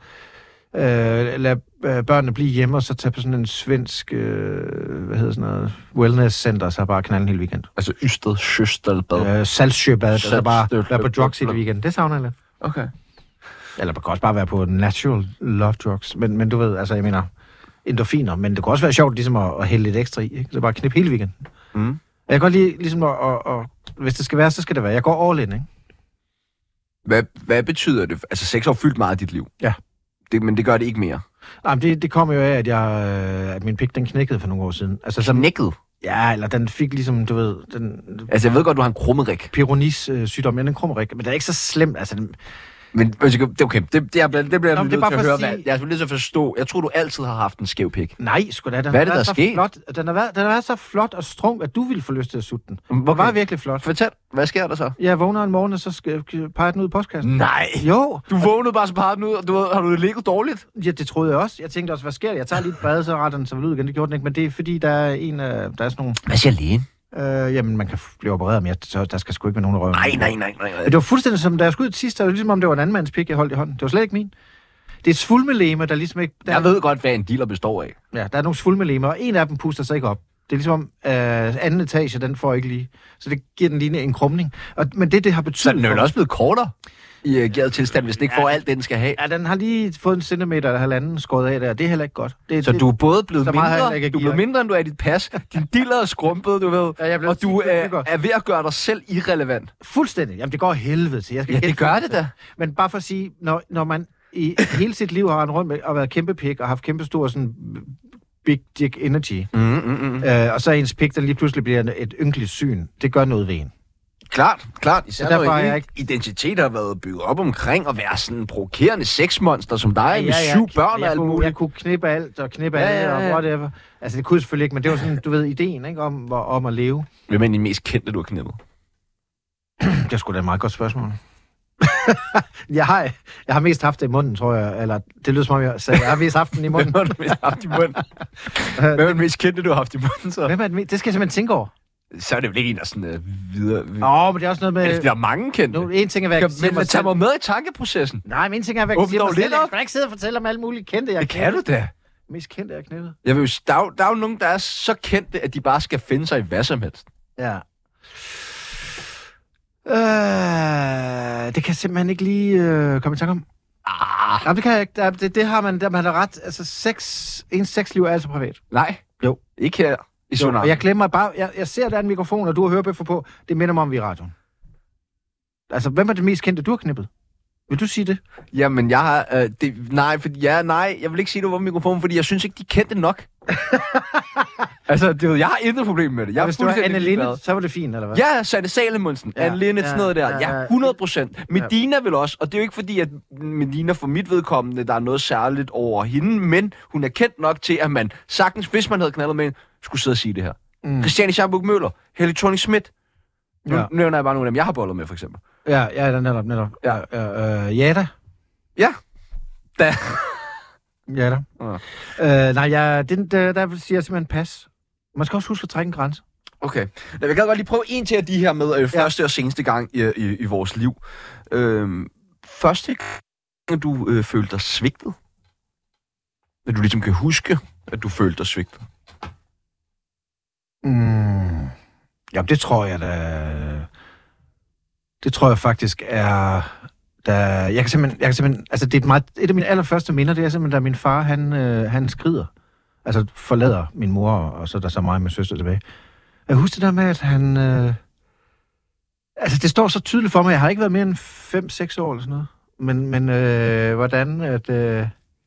øh, lade øh, børnene blive hjemme, og så tage på sådan en svensk, øh, hvad hedder sådan noget, wellness-center, så bare knalde en hel weekend. Altså Ysted Sjøstelbad. Øh, Saltsjøbad, altså bare Saltsjøbad. være på drugs i det weekend. Det savner jeg lidt. Okay. Eller man kan også bare være på natural love drugs, men, men du ved, altså jeg mener, endorfiner, men det kunne også være sjovt ligesom at, at hælde lidt ekstra i, ikke? Så bare knip hele weekenden. Mm. Jeg kan godt lide, ligesom at, at, at, hvis det skal være, så skal det være. Jeg går all in, ikke? Hvad, hvad betyder det? Altså, sex har jo fyldt meget af dit liv. Ja. Det, men det gør det ikke mere. Nej, men det, det kommer jo af, at, jeg, øh, at min pik, den knækkede for nogle år siden. Altså, sådan, Knækket. ja, eller den fik ligesom, du ved, den Altså, jeg ved godt, du har en krummerik. Peyronie's øh, sygdom, ja, den krummerik, men det er ikke så slemt. Altså, den, Men altså, det er okay, det, det, er, det bliver jeg Nå, nødt det er bare til at for høre. at sige- Hvad, jeg er nødt til at forstå. Jeg tror, du altid har haft en skæv pik. nej, sgu da. Den Hvad er har det, været der så sker? Flot, den, har været, den har været så flot og strung, at du ville få lyst til at sutte den. Den Okay. var virkelig flot. Fortæl, hvad sker der så? Jeg vågner en morgen, og så skal, peger den ud i postkassen. Nej. Jo, Du vågnede bare så pegede den ud, og du ved, har du ligget dårligt? ja, det troede jeg også. Jeg tænkte også, hvad sker der? Jeg tager lige et bad, så retter den sig vel ud igen. Det gjorde den ikke, men det er fordi, der er en af, der er sådan nogle, Hvad siger lægen? øh, jamen man kan f- blive opereret, men jeg, så der skal sgu ikke være nogen røv. Nej, nej, nej, nej. Men det var fuldstændig som, da jeg skulle ud sidst, det var ligesom om det var en anden mands pik, jeg holdt i hånden. Det var slet ikke min. Det er et svulmeleme, der ligesom ikke... Der, Jeg ved godt, hvad en dealer består af. Ja, der er nogle svulmeleme, og en af dem puster sig ikke op. Det er ligesom, øh, anden etage, den får ikke lige. Så det giver den lige en krumning. Og, men det, det har betydet... Så den er vel også blevet kortere i uh, gæret tilstand, hvis den ikke ja, får alt det, den skal have. Ja, den har lige fået en centimeter eller halvanden skåret af der. Det er heller ikke godt. Det, så det, du er både blevet mindre, meget, du er blevet mindre, end du er i dit pas. Din diller er skrumpet, du ved. Ja, og du er, er ved at gøre dig selv irrelevant. Fuldstændig. Jamen, det går helvede til. Jeg skal ja, det gør det da. Men bare for at sige, når, når man i hele sit liv har rendt rundt med og været kæmpe pik og haft kæmpe stor sådan big dick energy, mm, mm, mm. Øh, og så ens pik, der lige pludselig bliver et ynkeligt syn, det gør noget ved en. Klart, klart. Især derfor er jeg ikke... identitet har været bygget op omkring at være sådan en provokerende sexmonster som dig, ja, ja, med syv jeg, børn jeg, og alt muligt. Jeg kunne knippe alt og knippe ja, alt ja, ja. og whatever. Altså, det kunne jeg selvfølgelig ikke, men det var sådan, du ved, ideen, ikke, om, om at leve. Hvem er den mest kendte, du har knippet? Det er sgu da et meget godt spørgsmål. jeg, har, jeg har mest haft det i munden, tror jeg. Eller, det lyder som om, jeg sagde, jeg har mest haft den i munden. Hvem har du mest haft i munden? Hvem er den mest kendte, du har haft i munden, så? Hvem er det, det skal jeg simpelthen tænke over. Så er det vel ikke en, der sådan uh, videre... Åh, oh, men det er også noget med... Altså, der er mange kendte. Nu, en ting er, hvad jeg kan Men tag mig med i tankeprocessen. Nej, men en ting er, hvad jeg siger mig selv. Jeg kan ikke sidde og fortælle om alle mulige kendte, jeg det kan du da. Mest kendte, jeg har knippet. Jeg vil, der, er, der er jo nogen, der er så kendte, at de bare skal finde sig i hvad som helst. Ja. Øh, det kan jeg simpelthen ikke lige øh, komme i tanke om. Ah. Jamen, det kan jeg ikke. Det, det, det har man, der man har ret. Altså, sex, ens sexliv er altså privat. Nej. Jo. Ikke her i Tsunami. Og jeg glemmer bare, jeg, jeg ser, der er en mikrofon, og du har hørebøffer på. Det minder mig om, vi er i radioen. Altså, hvem er det mest kendte, du har knippet? Vil du sige det? Jamen, jeg har... Øh, det, nej, for, ja, nej, jeg vil ikke sige, det var mikrofonen, fordi jeg synes ikke, de kendte nok. altså, det, jeg har intet problem med det. Jeg ja, hvis du var Anne Linde, så var det fint, eller hvad? Ja, Sanne Salomonsen, ja, Anne Linde, ja, sådan noget der. Ja, hundrede procent. Medina ja. vil også, og det er jo ikke fordi, at Medina for mit vedkommende, der er noget særligt over hende, men hun er kendt nok til, at man sagtens, hvis man havde knaldet med hende, skulle sidde og sige det her. Mm. Christiane Scharburg Møller, Helle Thorning-Schmidt. Nu ja. nævner jeg bare nogle af dem, jeg har bollet med, for eksempel. Ja, ja, netop, netop. Ja, ja, øh, ja da. Ja. Da. Ja da. Ja. Øh, nej, ja, den, der, der siger jeg simpelthen pas. Man skal også huske at trække en grænse. Okay. Jeg kan godt lige prøve en til af de her med øh, første ja. og seneste gang i, i, i vores liv. Øh, første gang, du øh, følte dig svigtet? At du ligesom kan huske, at du følte dig svigtet? Mm. Jamen, det tror jeg da... Det tror jeg faktisk er... Da, jeg kan simpelthen... Jeg kan simpelthen altså, det er et, meget, et af mine allerførste minder, det er simpelthen, da min far, han, øh, han skrider. Altså, forlader min mor, og så er der så mig og min søster tilbage. Jeg husker det der med, at han... Øh, altså, det står så tydeligt for mig. Jeg har ikke været mere end fem seks år eller sådan noget. Men, men øh, hvordan at... Øh,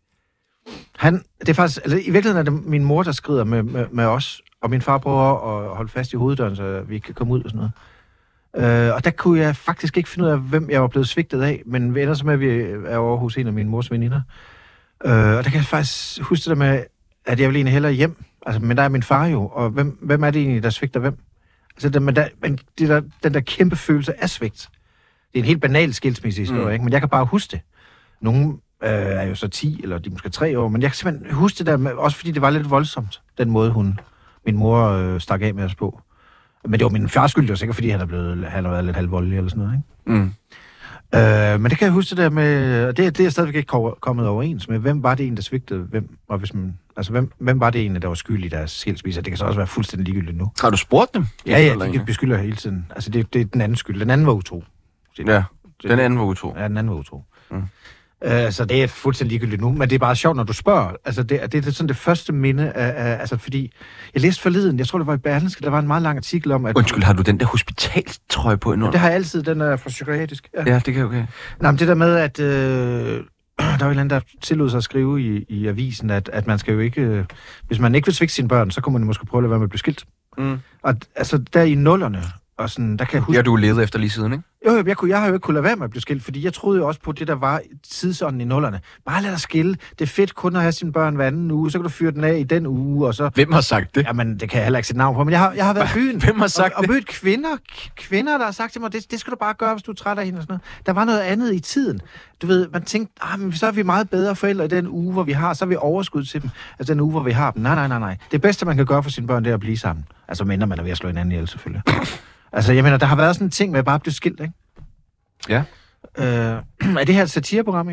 han... Det er faktisk... Altså, i virkeligheden er det min mor, der skrider med, med, med os. Og min far prøver at holde fast i hoveddøren, så vi kan komme ud og sådan noget. Uh, og der kunne jeg faktisk ikke finde ud af, hvem jeg var blevet svigtet af, men vi ender så med, at vi er over hos en af mine mors veninder. Uh, og der kan jeg faktisk huske det der med, at jeg vil egentlig hellere hjem. Altså, men der er min far jo, og hvem, hvem er det egentlig, der svigter hvem? Altså, der, men der, men det der, den der kæmpe følelse af svigt. Det er en helt banal skilsmissehistorie, mm. ikke? Men jeg kan bare huske det. Nogle øh, er jo så ti, eller de måske tre år, men jeg kan simpelthen huske det der, med, også fordi det var lidt voldsomt, den måde hun, min mor øh, stak af med os på. Men det var min fars skyld, det var sikkert, fordi han er blevet, han har været lidt halvvoldelig eller sådan noget, ikke? Mm. Øh, men det kan jeg huske det der med, og det, det er stadigvæk ikke kommet overens med, hvem var det en, der svigtede hvem, og hvis man, altså hvem, hvem var det en, der var skyld i deres skilsmisse? Det kan så også være fuldstændig ligegyldigt nu. Har du spurgt dem? Ja, ja, de beskylder hele tiden. Altså, det, det er den anden skyld. Den anden var utro. Ja, den anden var utro. Ja, den anden var utro. Mm. Øh, så det er fuldstændig ligegyldigt nu, men det er bare sjovt, når du spørger. Altså, det, det er sådan det første minde af, af, altså, fordi jeg læste forleden, jeg tror, det var i Berlingske, der var en meget lang artikel om, at... Undskyld, har du den der hospitalstrøje på endnu? Ja, det har jeg altid, den er fra psykiatrisk. Ja, ja det kan okay. Nej, men det der med, at øh, der var en eller anden, der tillod sig at skrive i, i avisen, at, at man skal jo ikke... Øh, hvis man ikke vil svigte sine børn, så kunne man måske prøve at lade være med at blive skilt. Mm. Og altså, der i nullerne, og sådan, der kan jeg huske... Ja, du levede efter lige siden, ikke? Jo, jeg, kunne, jeg har jo ikke kunnet lade være med at blive skilt, fordi jeg troede jo også på det, der var tidsånden i nullerne. Bare lad dig skille. Det er fedt kun at have sine børn hver anden uge, så kan du fyre den af i den uge, og så... Hvem har sagt det? Jamen, det kan jeg heller ikke sætte navn på, men jeg har, jeg har været i byen. Hvem har sagt og, det? Og mødt kvinder, kvinder, der har sagt til mig, det, det skal du bare gøre, hvis du er træt af hende og sådan noget. Der var noget andet i tiden. Du ved, man tænkte, ah, men så er vi meget bedre forældre i den uge, hvor vi har, så er vi overskud til dem. Altså den uge, hvor vi har dem. Nej, nej, nej, nej. Det bedste, man kan gøre for sine børn, det er at blive sammen. Altså, mindre man er ved at slå hinanden ihjel, selvfølgelig. Altså, jeg mener, der har været sådan en ting med at bare blive skilt, ikke? Ja. Øh, er det her et satireprogram egentlig?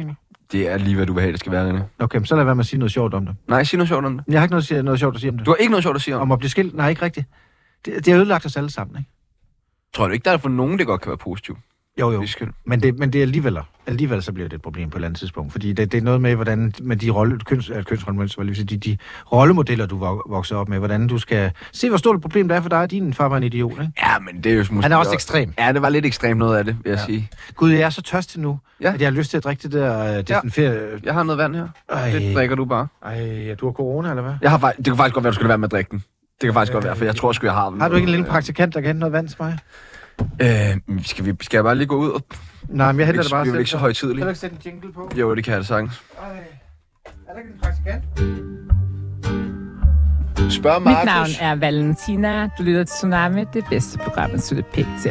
Det er lige, hvad du vil have, det skal være, René. Okay, så lad være med at sige noget sjovt om det. Nej, sig noget sjovt om det. Jeg har ikke noget, noget sjovt at sige om det. Du har ikke noget sjovt at sige om? Om at blive skilt? Nej, ikke rigtigt. Det, det har ødelagt os alle sammen, ikke? Tror du ikke, der er for nogen, det godt kan være positivt? Jo, jo. Men det, men det er alligevel, alligevel så bliver det et problem på et eller andet tidspunkt. Fordi det, det er noget med, hvordan med de rolle, køns, kønsrollemønstre, de, de rollemodeller, du vokser op med, hvordan du skal se, hvor stort et problem det er for dig, at din far var en idiot, ikke? Ja, men det er jo måske... Han er også ekstrem. Ja, det var lidt ekstremt noget af det, vil jeg ja. sige. Gud, jeg er så tørstig nu, ja. at jeg har lyst til at drikke det der uh, desinfer... Ja. Jeg har noget vand her. Ej. Det drikker du bare. Ej, ja, du har corona, eller hvad? Jeg har, det kan faktisk godt være, du skulle være med at drikke den. Det kan faktisk øh, godt være, for jeg tror sgu, jeg har den. Har du ikke en lille praktikant, der kan hente noget vand til mig? Øh, skal, vi, skal jeg bare lige gå ud og... Nej, men jeg henter det bare selv. Vi er ikke så højtideligt. Kan du ikke sætte en jingle på? Jo, det kan jeg da sagtens. Ej, er der ikke en praktikant? Spørg Markus. Mit navn er Valentina. Du lytter til Tsunami, det bedste program, at slutte pænt til.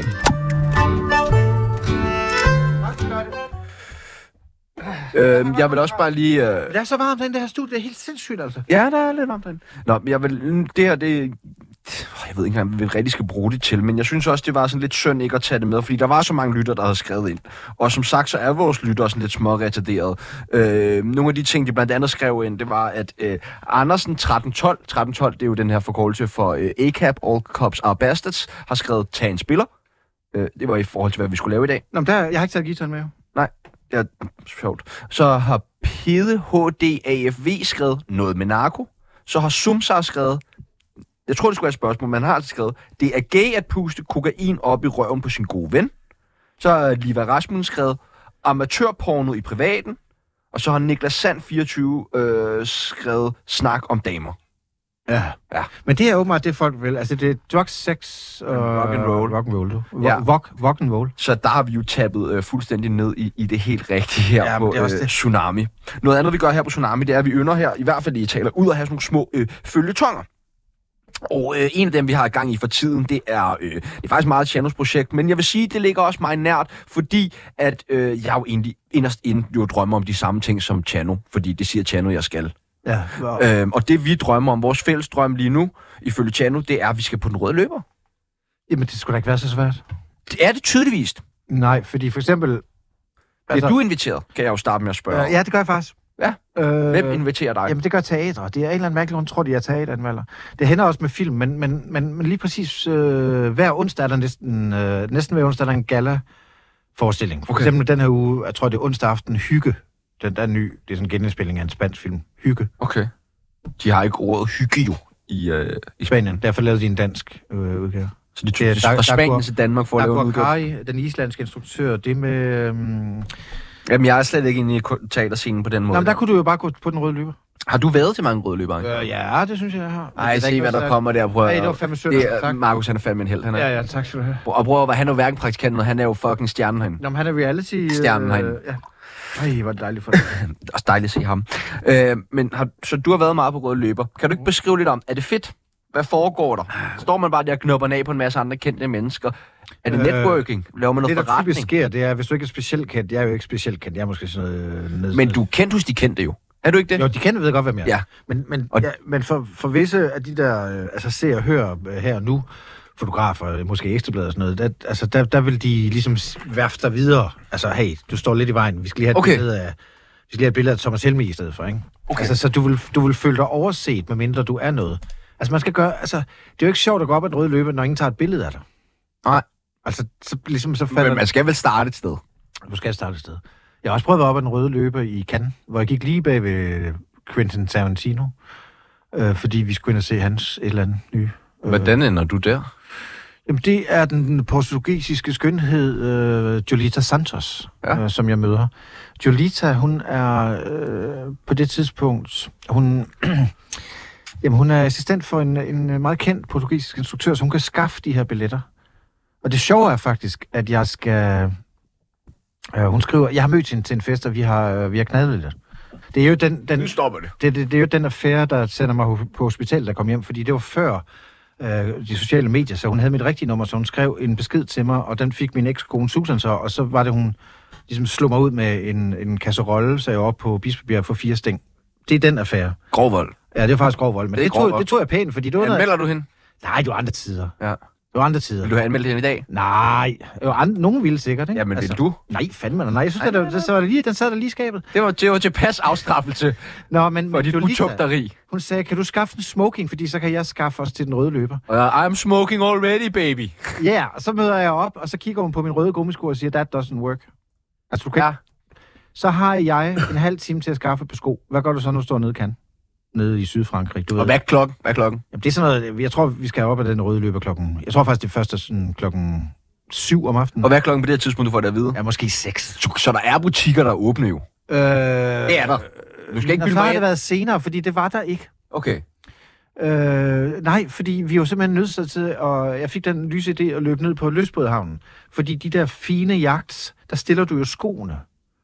Øhm, jeg vil også bare lige... Øh... Det er så varmt, den der studie. Det er helt sindssygt, altså. Ja, der er lidt varmt den. Nå, men jeg vil... Det her, det... Jeg ved ikke engang, hvad vi rigtig skal bruge det til, men jeg synes også, det var sådan lidt synd ikke at tage det med, fordi der var så mange lytter, der havde skrevet ind. Og som sagt, så er vores lytter sådan lidt småretarderet. Øh, nogle af de ting, de blandt andet skrev ind, det var, at øh, Andersen tretten tolv, tretten tolv, det er jo den her forkortelse for øh, A C A P, All Cops Are Bastards, har skrevet, tag en spiller. Øh, det var i forhold til, hvad vi skulle lave i dag. Nå, men der, jeg har ikke taget guitaren med, jo. Nej. Ja, sjovt. Så har Pede H D A F V skrevet noget med narko. Så har Sumsar skrevet, jeg tror, det skulle være et spørgsmål, men han har altså skrevet, det er gay at puste kokain op i røven på sin gode ven. Så har Liva Rasmussen skrevet, amatørporno i privaten. Og så har Niklas Sand fireogtyve øh, skrevet, snak om damer. Ja. ja. Men det er åbenbart det, folk vil. Altså, det er drugs, sex og rock and roll. Rock and roll, du. Ja. Rock, rock and roll. Så der har vi jo tappet øh, fuldstændig ned i, i det helt rigtige her ja, på øh, Tsunami. Noget andet, vi gør her på Tsunami, det er, at vi ynder her, i hvert fald i taler, ud at have sådan nogle små øh, følgetonger. Og øh, en af dem, vi har i gang i for tiden, det er, øh, det er faktisk meget Chanos projekt, men jeg vil sige, det ligger også meget nært, fordi at øh, jeg jo egentlig inderst inde jo drømmer om de samme ting som Chano, fordi det siger Chano, jeg skal. Ja, wow. øhm, og det vi drømmer om, vores fælles drøm lige nu, ifølge Chano, det er, at vi skal på den røde løber. Jamen, det skulle da ikke være så svært. Det er det tydeligvis. Nej, fordi for eksempel... Altså, altså, er du inviteret, kan jeg jo starte med at spørge. Øh, ja, det gør jeg faktisk. Ja, øh, hvem inviterer dig? Jamen, det gør teatre. Det er en eller anden mærkelig grund, tror de er teateranmelder. Det hænder også med film, men, men, men, men lige præcis øh, hver onsdag er der næsten, øh, næsten hver onsdag er der en gala-forestilling. For okay. eksempel den her uge, jeg tror det er onsdag aften, Hygge. Den der er ny, det er sådan en genindspilling af en spansk film. Hygge. Okay. De har ikke ordet hygge jo i, øh, i Spanien. Derfor lavede de en dansk øh, udgave. Så de tog fra Spanien til Danmark for at lave en udgave? Kari, den islandske instruktør, det med... Øhm... Jamen, jeg er slet ikke inde i teaterscenen på den måde. Nå, men der kunne du jo bare gå på den røde løber. Har du været til mange røde løber? Øh, ja, det synes jeg, jeg har. Ej, se hvad der så... kommer der. Prøv, Ej, det var fandme sødt. Det er, Markus, han er fandme en held. Han er... Ja, ja, tak skal du have. Og prøv at han er jo hverken praktikant, men han er jo fucking stjernen herinde. Nå, men han er reality... Stjernen herinde. Øh, ja. Ej, hvor er det dejligt for dig. Det er også dejligt at se ham. Øh, men har, så du har været meget på røde løber. Kan du ikke beskrive lidt om, er det fedt? Hvad foregår der? Står man bare der og knupper af på en masse andre kendte mennesker? Er det networking? Laver man noget det, forretning? Det, der typisk sker, det er, hvis du ikke er specielt kendt, jeg er jo ikke specielt kendt, jeg er måske sådan noget... Ned, men du er kendt hos de kendte jo. Er du ikke det? Jo, de kendte ved godt, hvem jeg er. Ja. Men, men, og... ja, men for, for visse af de der, øh, altså ser og hører øh, her og nu, fotografer, måske Ekstrabladet og sådan noget, der, altså der, der vil de ligesom værfte dig videre. Altså, hey, du står lidt i vejen, vi skal lige have et okay. billede af... Vi skal lige have et billede af Thomas Helmig i stedet for, ikke? Okay. Altså, så du vil, du vil føle dig overset, medmindre du er noget. Altså, man skal gøre... Altså, det er jo ikke sjovt at gå op ad en rød løber, når ingen tager et billede af dig. Nej. Altså, så, ligesom så falder... Men man skal vel starte et sted? Du skal starte et sted. Jeg har også prøvet at være op ad en røde løber i Cannes, hvor jeg gik lige bag ved Quentin Tarantino, øh, fordi vi skulle ind og se hans et eller andet nye. Øh, Hvordan ender du der? Jamen, det er den portugisiske skønhed, øh, Jolita Santos, ja. øh, som jeg møder. Jolita, hun er øh, på det tidspunkt, hun, jamen, hun er assistent for en, en meget kendt portugisisk instruktør, så hun kan skaffe de her billetter. Og det sjove er faktisk, at jeg skal... Øh, hun skriver, jeg har mødt hende til en fest, og vi har, øh, vi har knaldet lidt. Det er jo den, den, nu stopper det. Det, det. Det er jo den affære, der sender mig på hospitalet, der kom hjem, fordi det var før øh, de sociale medier, så hun havde mit rigtige nummer, så hun skrev en besked til mig, og den fik min ekskone Susan så, og så var det, hun ligesom slog mig ud med en, en kasserolle, så jeg var oppe på Bispebjerg for fire sting. Det er den affære. Grov vold. Ja, det er faktisk grov vold, men det, det, tog, det tog jeg pænt, fordi det var noget... Melder du hende? Nej, det var andre tider. Ja. Det var andre tider. Vil du have anmeldt den i dag? Nej. Jo, andre, nogen ville sikkert, ikke? Ja, men vil du? Nej, fandme da. Nej, jeg synes, at der, der, der, lige, den sad der lige i skabet. Det var, det var til pas afstraffelse Nå, men, for men dit Lolita, utugteri. hun sagde, kan du skaffe en smoking, fordi så kan jeg skaffe os til den røde løber. Uh, I'm smoking already, baby. Ja, yeah, og så møder jeg op, og så kigger hun på min røde gummisko og siger, that doesn't work. Altså, du kan Ja. Så har jeg en halv time til at skaffe på sko. Hvad gør du så, når du står nede i kan? Nede i Sydfrankrig. Du ved. Og hvad er klokken? Hvad er klokken? Jamen, det er sådan noget, jeg tror, vi skal op ad den røde løber klokken. Jeg tror faktisk, det første er sådan klokken syv om aftenen. Og hvad er klokken på det her tidspunkt, du får det at vide? Ja, måske seks. Så, så der er butikker, der er åbne jo? Øh, Det er der. Du skal ikke bilde så har mig det ind. været senere, fordi det var der ikke. Okay. Øh, nej, fordi vi var simpelthen nødt til, og jeg fik den lyse idé at løbe ned på Lystbådehavnen. Fordi de der fine jagts, der stiller du jo skoene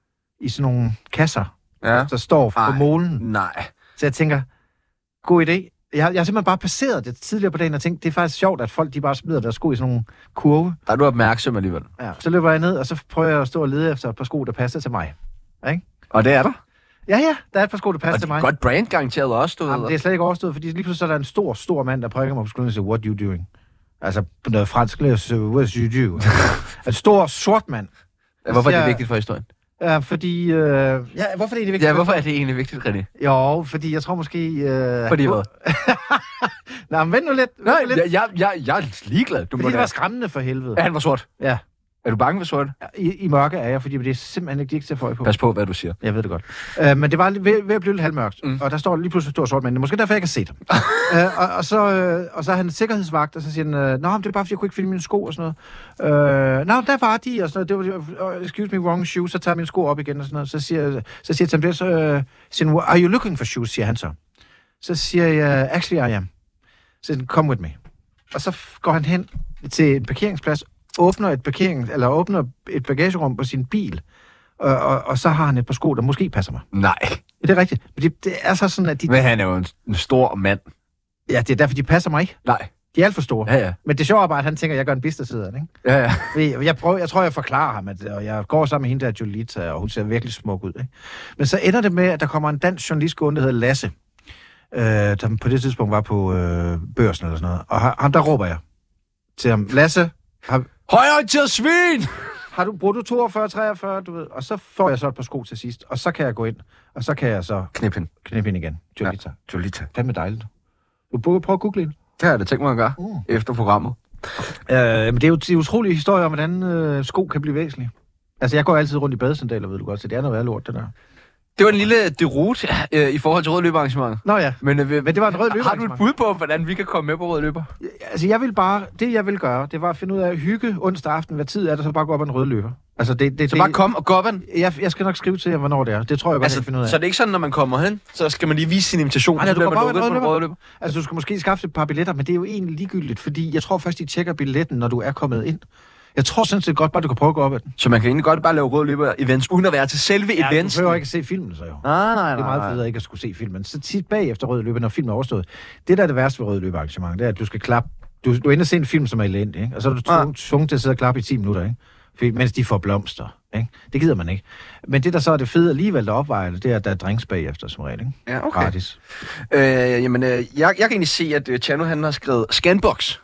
i sådan nogle kasser, Ja. der står på Ej. målen. Nej. Så jeg tænker, god idé. Jeg, jeg har simpelthen bare passeret det tidligere på dagen og tænkt, det er faktisk sjovt, at folk de bare smider deres sko i sådan nogle kurve. Der er du opmærksom alligevel. Ja. Så løber jeg ned, og så prøver jeg at stå og lede efter et par sko, der passer til mig. Ikke? Og det er der. Ja, ja, der er et par sko, der passer Og til det er mig. godt brand garanteret også, du Jamen, ved. det er slet ikke overstået, fordi lige pludselig så er der en stor, stor mand, der prikker mig på skulderen og siger, what are you doing? Altså, på noget fransk, så what you do? En stor, sort mand. Hvorfor er det Jeg- vigtigt for historien? Ja, fordi... Øh... Ja, hvorfor er det egentlig vigtigt? Ja, hvorfor er det egentlig vigtigt, René? Jo, fordi jeg tror måske... Øh... Fordi hvad? Nej, men vent nu lidt. Vent Nej, nu lidt. jeg, jeg, jeg, jeg er ligeglad. Du Fordi må det da... var skræmmende for helvede. Ja, han var sort. Ja. Er du bange for sort? I, I mørke er jeg, fordi det er simpelthen ikke, de er ikke til at få øje på. Pas på, hvad du siger. Jeg ved det godt. Uh, men det var ved, ved at blive lidt halvmørkt, Mm. mm. og der står lige pludselig en stor sort mand. Det er måske derfor, jeg ikke har set ham. uh, og, og, så, uh, og så er han en sikkerhedsvagt, og så siger han, uh, nå, men det er bare, fordi jeg kunne ikke finde mine sko og sådan noget. Uh, nå, der var de, og sådan noget. Det var, uh, excuse me, wrong shoes. Så tager jeg mine sko op igen og sådan noget. Så siger, så siger han, så uh, siger han, are you looking for shoes, siger han så. Så siger jeg, actually I am. Så siger han, come with me. Og så f- går han hen til en parkeringsplads, åbner et parkering, eller åbner et bagagerum på sin bil, og, og, og så har han et par sko, der måske passer mig. Nej. Ja, det er rigtigt. Men det, det er så sådan, at de... Men han er jo en, en stor mand. Ja, det er derfor, de passer mig ikke. Nej. De er alt for store. Ja, ja. Men det sjove er bare, at han tænker, at jeg gør en business-side, ikke? Ja, ja. Jeg, jeg, prøver, jeg tror, jeg forklarer ham, at og jeg går sammen med hende der, Jolita, og hun ser virkelig smuk ud, ikke? Men så ender det med, at der kommer en dansk journalist gående, der hedder Lasse, øh, der på det tidspunkt var på øh, børsen eller sådan noget. Og ham, der råber jeg til ham, Lasse, har, Højorienteret svin! har du, bruger du toogfyrre, treogfyrre, du ved? Og så får jeg så et par sko til sidst, og så kan jeg gå ind, og så kan jeg så Knip hende. knippe ind igen. Jolita. Ja, Jolita. Fandme dejligt. Du prøver prøv at google hende. Det har jeg da tænkt mig at gøre Mm. efter programmet. Øh, men det er jo det er utrolige historier om, hvordan øh, sko kan blive væsentlige. Altså, jeg går altid rundt i badesandaler, ved du godt, så det er noget værd lort, det der. Det var en lille derute øh, i forhold til rød løbearrangement. Nå ja, Men, øh, men det var en rød Har du et løbearrangement. bud på, hvordan vi kan komme med på rød løber? Altså, jeg vil bare, det jeg vil gøre, det var at finde ud af at hygge onsdag aften, hvad tid er det, så bare gå op ad en rød løber. Altså, det, det, Så det, bare kom og gå op an. Jeg, jeg skal nok skrive til jer, hvornår det er. Det tror jeg godt, altså, jeg kan finde ud af. Så det er ikke sådan, når man kommer hen, så skal man lige vise sin invitation. Nej, så du bliver går man bare lukket med på rød rød løber. Altså, du skal måske skaffe et par billetter, men det er jo egentlig ligegyldigt, fordi jeg tror først, de tjekker billetten, når du er kommet ind. Jeg tror sådan set godt bare, du kan prøve at gå op ad den. Så man kan egentlig godt bare lave rød løber events, uden at være til selve Ja, events. du behøver ikke at se filmen, så jo. Nej, nej, nej. Det er meget federe ikke at skulle se filmen. Så tit bagefter rød løber, når filmen er overstået. Det, der er det værste ved rød løbearrangement, det er, at du skal klappe. Du, du ender at se en film, som er elendig, ikke? Og så er du tvunget, tvunget til at sidde og klappe i ti minutter, ikke? Fordi, mens de får blomster, ikke? Det gider man ikke. Men det, der så er det fede alligevel, der opvejer det, det er, at der er drinks bagefter, som regel, ikke? Ja, okay. Gratis. Øh, jamen, øh, jeg, jeg kan egentlig se, at øh, Chano, han har skrevet Scanbox.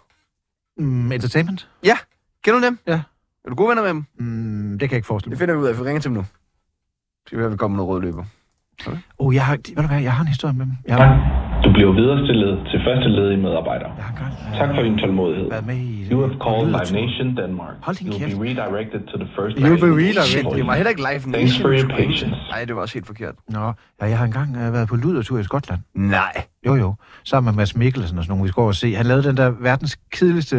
Mm, entertainment? Ja, kender du dem? Ja. Er du gode venner med dem? Mm, det kan jeg ikke forestille Det mig. finder vi ud af, for vi ringer til dem nu. Så vi vil komme med noget rød løber. Oh, jeg har, ved du hvad, jeg har en historie med dem. Jeg har, Du bliver viderestillet til første ledige medarbejder. jeg har engang øh, Tak for din tålmodighed. været med i... You have called en Live lydtur. Nation Denmark. Hold din You'll kæft. be redirected to the first You'll be line. redirected. Det var heller ikke Live Thanks Nation. for your du skulle ringe til. patience. Nej, det var også helt forkert. Nå, ja, jeg har engang øh, været på lydertur i Skotland. Nej. Jo, jo. Sammen med Mads Mikkelsen og sådan nogle, vi skal over og se. Han lavede den der verdens kedeligste...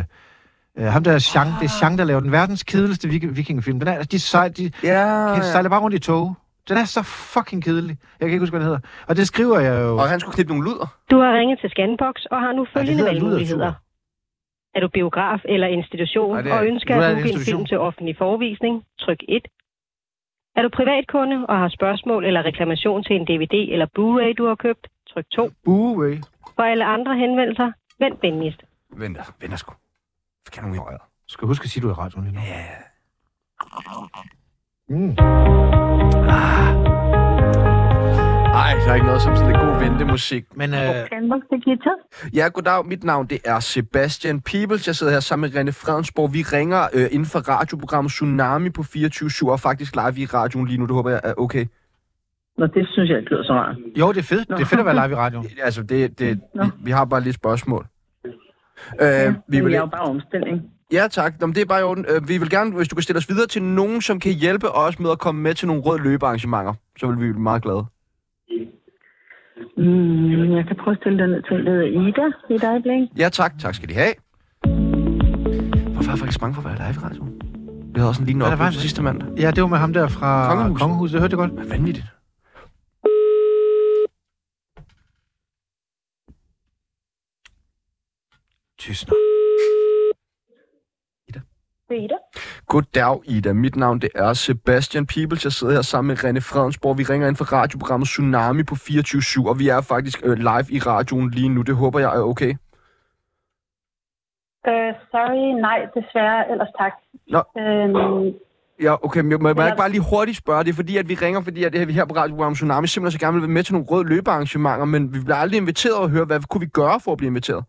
Øh, ham der, Jean, det er Jean, der lavede den verdens kedeligste vik- vikingefilm. Den er, de, sej, de Ja, ja. sejler bare rundt i tog. Den er så fucking kedelig. Jeg kan ikke huske, hvad den hedder. Og det skriver jeg jo... Og han skulle knippe nogle luder. Du har ringet til Scanbox og har nu følgende hedder valgmuligheder. Er du biograf eller institution Nej, det og er- ønsker Nu er at det booke en institution. film til offentlig forvisning? Tryk et. Er du privatkunde og har spørgsmål eller reklamation til en D V D eller Blu-ray, du har købt? Tryk to. Buway. For alle andre henvendelser, vent venligst. Vent, vent sgu. Kan nogen i højre? Skal du huske at sige, du er i radioen lige nu? Ja. Mm. Ej, Nej, der er ikke noget som sådan lidt god ventemusik. Men, øh... Ja, goddag. Mit navn, det er Sebastian Peebles. Jeg sidder her sammen med René Fredensborg. Vi ringer øh, inden for radioprogrammet Tsunami på fireogtyve syv og faktisk live i radioen lige nu. Det håber jeg er okay. Nå, det synes jeg ikke lyder så meget. Jo, det er fedt. Det er fedt at være live i radioen. Altså, det, det, vi, vi har bare lidt spørgsmål. Øh, Ja, vi vil... jeg er jo bare omstilling. Ja, tak. Nå, det er bare i orden. Øh, vi vil gerne, hvis du kan stille os videre til nogen, som kan hjælpe os med at komme med til nogle rød løbearrangementer, så vil vi blive meget glade. Mm, jeg kan prøve at stille den ned til Ida i et øjeblik. Ja, tak. Tak skal de have. Hvorfor er jeg faktisk bange for at være live i radioen? Vi havde også en lignende oplevelse sidste mandag. Ja, det var med ham der fra Kongehuset. Kongehuset. Det hørte det godt. Hvad vanvittigt. Tysner. Ida. Det er Ida. Goddag, Ida. Mit navn, det er Sebastian Peebles. Jeg sidder her sammen med René Fredensborg. Vi ringer ind fra radioprogrammet Tsunami på fireogtyve syv, og vi er faktisk øh, live i radioen lige nu. Det håber jeg er okay. Uh, sorry, nej, desværre. Ellers tak. Nå. Øhm, Ja, okay, men må jeg ikke bare lige hurtigt spørge? Det er fordi, at vi ringer, fordi at vi her på radioprogrammet Tsunami simpelthen så gerne vil være med til nogle røde løbearrangementer, men vi bliver aldrig inviteret og høre, hvad kunne vi gøre for at blive inviteret?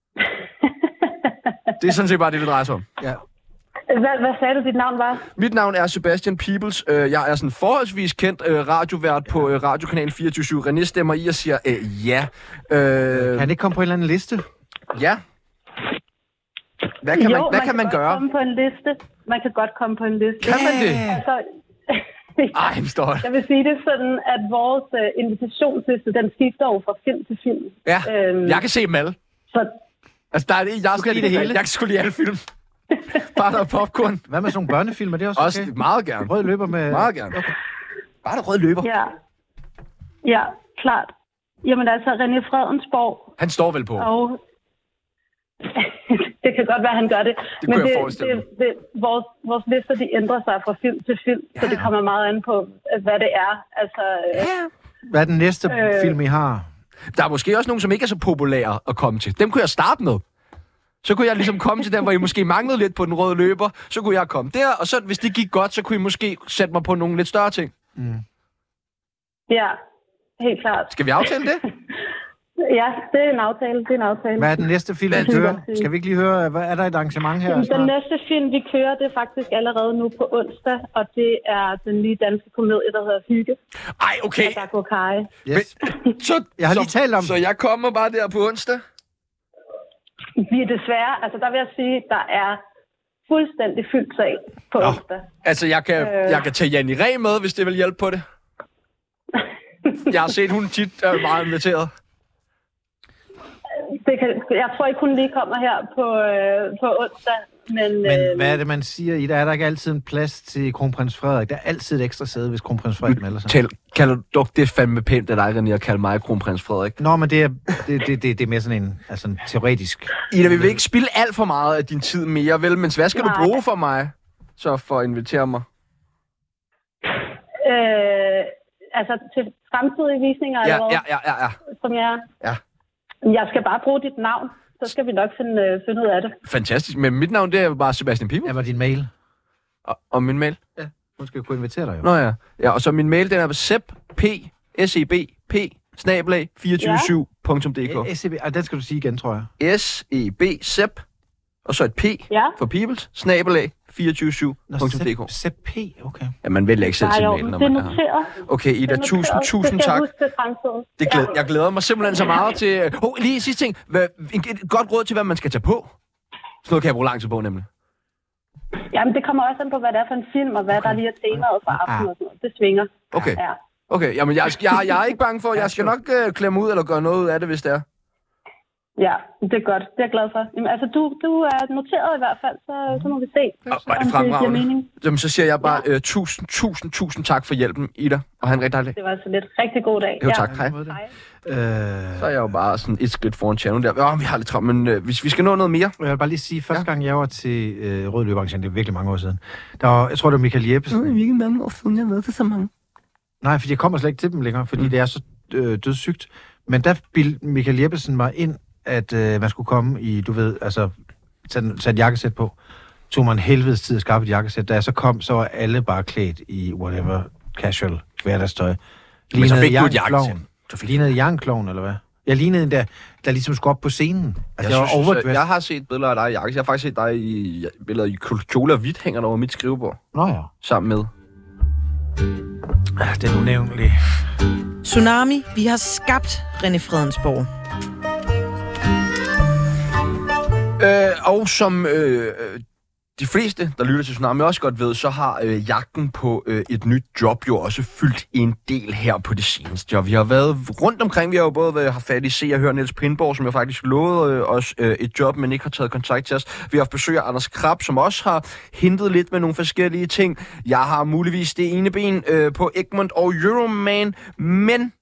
Det er sådan set bare det, det drejer sig om. Ja. hvad, hvad sagde du, dit navn var? Mit navn er Sebastian Peebles. Jeg er sådan forholdsvis kendt radiovært på radiokanal fireogtyve syv. René stemmer i og siger øh, ja. Øh, kan han ikke komme på en eller anden liste? Ja. Hvad kan jo, man, hvad man kan man godt gøre? Komme på en liste. Man kan godt komme på en liste. Kan man det? Altså, Ej, en støj. jeg vil sige det sådan, at vores uh, invitationsliste, den skifter over fra film til film. Ja, øhm, jeg kan se dem alle. Så... Altså, der er det, jeg skal lide det hele. Jeg kan sgu lide alle film. Bare der er popcorn. Hvad med sådan nogle børnefilm? Er det også okay? Også meget gerne. Rød løber med... Meget gerne. Okay. Bare der rød løber. Ja. Ja, klart. Jamen altså, René Fredensborg. Han står vel på. Og... det kan godt være, han gør det. Det men kunne jeg det, forestille mig. det, det, vores, vores lister, de ændrer sig fra film til film, ja. Så det kommer meget an på, hvad det er. Altså, ja. Hvad er den næste øh... film, I har? Der er måske også nogen, som ikke er så populære at komme til. Dem kunne jeg starte med. Så kunne jeg ligesom komme til den, hvor I måske manglede lidt på den røde løber. Så kunne jeg komme der, og så hvis det gik godt, så kunne I måske sætte mig på nogle lidt større ting. Mm. Ja, helt klart. Skal vi aftale det? Ja, det er en aftale. Det er en aftale. Hvad er den næste film, vi kører? Skal vi ikke lige høre, hvad er der et arrangement her? Den næste film, vi kører, det er faktisk allerede nu på onsdag, og det er den nye danske komedie, der hedder Hygge. Ej, okay. Og der går Kai. Yes. Men, så, jeg har lige så, talt om Så jeg kommer bare der på onsdag? Vi er desværre, altså der vil jeg sige, der er fuldstændig fyldt sag på Nå. onsdag. Altså, jeg kan, øh... jeg kan tage Janni Ræ med, hvis det vil hjælpe på det. Jeg har set, hun tit er meget inviteret. Det kan, jeg tror ikke, hun lige kommer her på, øh, på onsdag. Men, men øh, hvad er det, man siger i? Der er der ikke altid en plads til kronprins Frederik. Der er altid et ekstra sæde, hvis kronprins Frederik melder sig. Tæl, kalder du det er fandme pænt af dig, René, at kalde mig kronprins Frederik? Nå, men det er, det, det, det, det er mere sådan en, altså en teoretisk... Ida, vi vil ikke spille alt for meget af din tid mere, vel? Men hvad skal Nej. du bruge for mig, så for at invitere mig? Øh, altså til fremtidige visninger, ja, eller hvad? Ja, ja, ja, ja. Som jeg... Ja. Jeg skal bare bruge dit navn, så skal vi nok finde, øh, finde ud af det. Fantastisk. Men mit navn, det er bare Sebastian Peebles. Ja, var din mail? Og, og min mail? Ja, hun skal jo kunne invitere dig jo. Nå ja. Ja, og så min mail, den er seb, p, s e b, p, snabel-a, fireogtyve syv punktum d k. S E B, ah, den skal du sige igen, tror jeg. S E B, seb, og så et p ja. for Peebles, snabel-a, fireogtyve syv punktum d k. Seb P, okay. Ja, man vælger ikke selv sin mail, når man har. Okay, Ida, tusind, tusind tak. Det glæder, jeg glæder mig simpelthen så meget til... Oh, lige sidste ting. Hvad, et godt råd til, hvad man skal tage på. Sådan noget kan jeg bruge lang tid på, nemlig. Jamen, det kommer også an på, hvad det er for en film, og hvad okay. der lige er temaet for aftenen og sådan noget. Det svinger. Okay. Ja. Okay, jamen jeg, jeg, jeg er ikke bange for, jeg skal nok uh, klemme ud eller gøre noget ud af det, hvis det er. Ja, det er godt. Det er jeg glad for. Jamen, altså, du, du er noteret i hvert fald, så, så må vi se. Og var det fremragende. Jamen, så siger jeg bare ja. uh, tusind, tusind, tusind tak for hjælpen, Ida. Og have en rigtig dejlig dag. Det var altså lidt rigtig god dag. Jo, ja. tak. Hej. Hej. Øh... Så er jeg jo bare sådan et skridt foran channel der. Åh, vi har lidt travlt, men øh, hvis vi skal nå noget mere... Jeg vil bare lige sige, første ja. gang jeg var til øh, Rød Løbearrangement, det er virkelig mange år siden, der var, jeg tror, det var Michael Jeppesen. Det er virkelig mange år siden, jeg har været til så mange. Nej, fordi jeg kommer slet ikke til dem længere, fordi mm. det er så øh, dødssygt. Men der bildte Michael Jeppesen mig ind, at øh, man skulle komme i, du ved, altså, sætte et jakkesæt på. Tog mig en helvedes tid at skaffe et jakkesæt. Da jeg så kom, så var alle bare klædt i whatever, casual, hverdagstøj. Men så fik du et jakkesæt. Du fik lignet en jernklovn, eller hvad? Jeg lignede en, der, der ligesom skulle op på scenen. Altså, jeg, jeg, synes, var jeg, jeg har set billeder af dig i jakkes. Jeg har faktisk set dig i billeder i kjole og hvidt hænger over mit skrivebord. Nå ja. Sammen med. Ja, det er unævnligt. Tsunami, vi har skabt René Fredensborg. Øh, og som øh, de fleste, der lytter til Tsunami, også godt ved, så har øh, jagten på øh, et nyt job jo også fyldt en del her på det seneste. Og vi har været rundt omkring, vi har jo både været, haft fat i Se og Hør Niels Pindborg, som jo faktisk lovede øh, os øh, et job, men ikke har taget kontakt til os. Vi har haft besøg af Anders Krab, som også har hintet lidt med nogle forskellige ting. Jeg har muligvis det ene ben øh, på Egmont og Euroman, men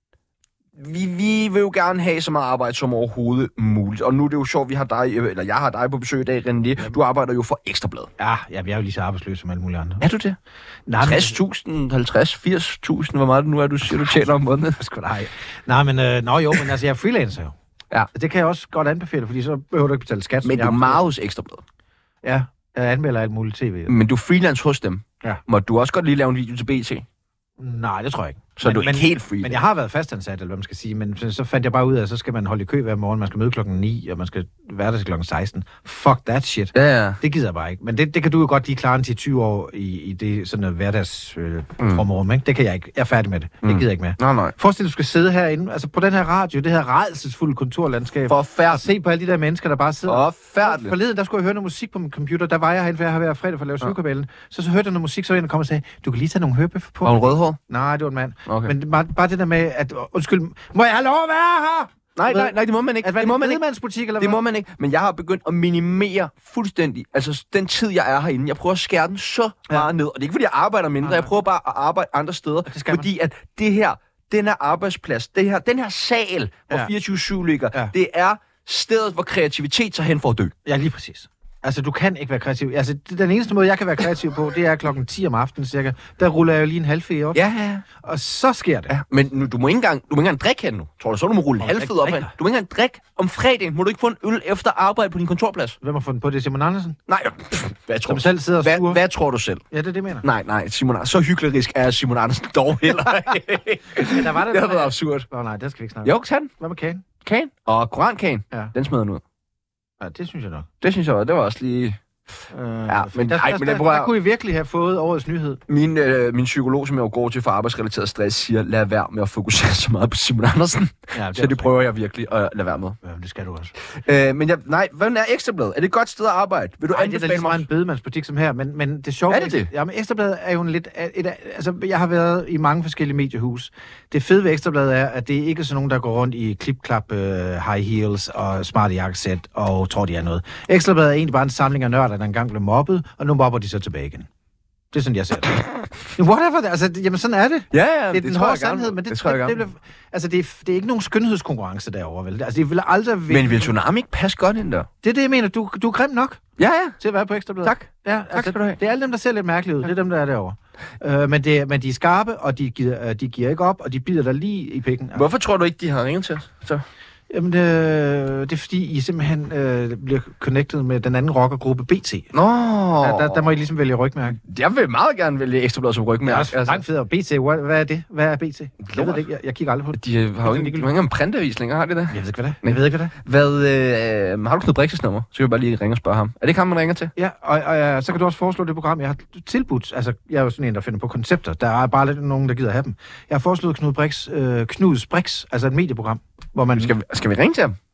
Vi, vi vil jo gerne have så meget arbejde som overhovedet muligt. Og nu er det jo sjovt, vi har dig, eller jeg har dig på besøg i dag, René. Du arbejder jo for Ekstra Bladet. Ja, jeg er jo lige så arbejdsløs som alle mulige andre. Er du det? tres tusind, halvtreds, firs tusind, hvor meget det nu er, du siger, du tjener om måneden? Sgu da ej. Nej, men øh, nå jo, men altså, jeg er freelancer jo. Ja. Det kan jeg også godt anbefale, fordi så behøver du ikke betale skat. Men du er meget hos Ekstra Bladet. Ja, jeg anmelder alt muligt tv. Men du er freelance hos dem. Ja. Må du også godt lige lave en video til B T? Nej, det tror jeg ikke. Så men, du er ikke men, helt free? Men jeg har været fastansat, eller hvad man skal sige. Men så fandt jeg bare ud af, at så skal man holde i kø hver morgen. Man skal møde klokken ni, og man skal være der til klokken seksten. Fuck that shit. Ja, ja. Det gider jeg bare ikke. Men det, det kan du jo godt lige klare til tyve år i, i det sådan noget hverdags øh, Mm. rumrum, ikke? Det kan jeg ikke. Jeg er færdig med det. Det Mm. gider jeg ikke med. Nej, nej. Forestil dig, du skal sidde herinde, altså på den her radio, det her rædselsfulde kontorlandskab. Forfærdeligt. Og se på alle de der mennesker, der bare sidder. Forfærdeligt. Forleden, der skulle jeg høre noget musik på min computer. Der var jeg herinde, for jeg har været fredag for at lave syvkabellen. Så så hørte jeg noget musik, så var jeg kom og sagde, du kan lige tage nogle hørebøffer på. Var hun rødhåret? Nej, det var en mand. Okay. Men bare, bare det der med, at undskyld, må jeg have lov at være her? Nej, nej, nej, det må man ikke. At være det må en man ikke. bedemandsbutik, eller Det hvad? må man ikke. Men jeg har begyndt at minimere fuldstændig, altså den tid, jeg er herinde. Jeg prøver at skære den så Ja. meget ned. Og det er ikke, fordi jeg arbejder mindre. Nej, Jeg prøver bare at arbejde andre steder. det skal Fordi at det her, den her arbejdsplads, det her, den her sal, hvor Ja. fireogtyve syv ligger, Ja. det er stedet, hvor kreativitet tager hen for at dø. Ja, lige præcis. Altså, du kan ikke være kreativ. Altså, det- den eneste måde, jeg kan være kreativ på, det er klokken ti om aftenen cirka. Der ruller jeg jo lige en halvfed op. Ja, ja. Og så sker det. Ja, men nu, du må ikke engang, du må ikke engang drikke her nu. Tror du så, du må rulle en Nå, halvfed ikke op drikke her? Du må ikke engang drikke om fredagen. Må du ikke få en øl efter arbejde på din kontorplads? Hvem har fundet på det? Simon Andersen? Nej, hvad tror Som du? selv sidder og Hvad, skuer? hvad tror du selv? Ja, det er det, jeg mener. Nej, nej, Simon, så hyklerisk er Simon Andersen dog heller ikke. Men der var det, Det har der- været absurd. Åh oh, nej, det skal vi ikke snakke Jo, kan. Hvad med kagen? Kan. Og korankagen, Ja. den smed han ud. Ja, det synes jeg nok. Det synes jeg, det var også lige... Øh, Ja, men- der, ej, der, men der, det prøver der jeg- kunne I virkelig have fået årets nyhed. Min, øh, min psykolog, som jeg jo går til for arbejdsrelateret stress, siger, lad være med at fokusere så meget på Simon Andersen. Ja, Så det prøver jeg virkelig at lade være med. Ja, det skal du også. Øh, men jeg, nej, hvad er Ekstrabladet? Er det et godt sted at arbejde? Vil du Ej, det er da anbefale lige så meget mig? en bedemandsbutik som her, men, men det sjove... Er det det? Ja, men Ekstrabladet er jo en lidt... Et, et, altså, jeg har været i mange forskellige mediehus. Det fede ved Ekstrabladet er, at det ikke er sådan nogen, der går rundt i klip-klap, uh, high heels og smarte jakkesæt og tror, de er noget. Ekstrabladet er egentlig bare en samling af nørder, der engang blev mobbet, og nu mobber de så tilbage igen. Det er sådan, jeg ser det. Whatever, altså, jamen sådan er det. Ja, ja, det er det den tror hårde jeg gerne. sandhed, men det, Det tror jeg det, det, gerne. det, altså, det, er, det er ikke nogen skønhedskonkurrence derovre, vel? Altså, det vil aldrig... Men vil Tsunami ikke passe godt ind der? Det er det, jeg mener. Du, du er grim nok Ja, ja. til at være på Ekstrabladet. Tak. Ja, altså, skal du have. Det er alle dem, der ser lidt mærkeligt ud. Det er dem, der er derovre. Øh, men, det, men de er skarpe, og de giver, de giver ikke op, og de bider dig lige i pikken. Hvorfor tror du ikke, de har ringet til os? Så. Jamen, øh, det er fordi, I simpelthen øh, bliver connected med den anden rockergruppe B T. Nå. Der, der, der må I ligesom vælge rygmærke. Jeg vil meget gerne vælge Ekstrabladet som Det er rygmærke. også langt federe. B T, hvad, hvad er det? Hvad er B T? Jeg ved det ikke. Jeg, jeg kigger aldrig på det. De har jo ikke, de har ikke en printavis længere, har de det? Jeg ved ikke, hvad det er. Jeg ved ikke, hvad det er. Hvad, øh, har du Knud Brixes nummer? Så kan vi bare lige ringe og spørge ham. Er det ikke ham, man ringer til? Ja, og, og ja, så kan du også foreslå det program, jeg har tilbudt. Altså, jeg er jo sådan en, der finder på koncepter. Der er bare lidt nogen, der gider have dem. Jeg har foreslået Knud Brix, øh, Knuds Brix, altså et medieprogram, hvor man... Skal vi, skal vi ringe til ham?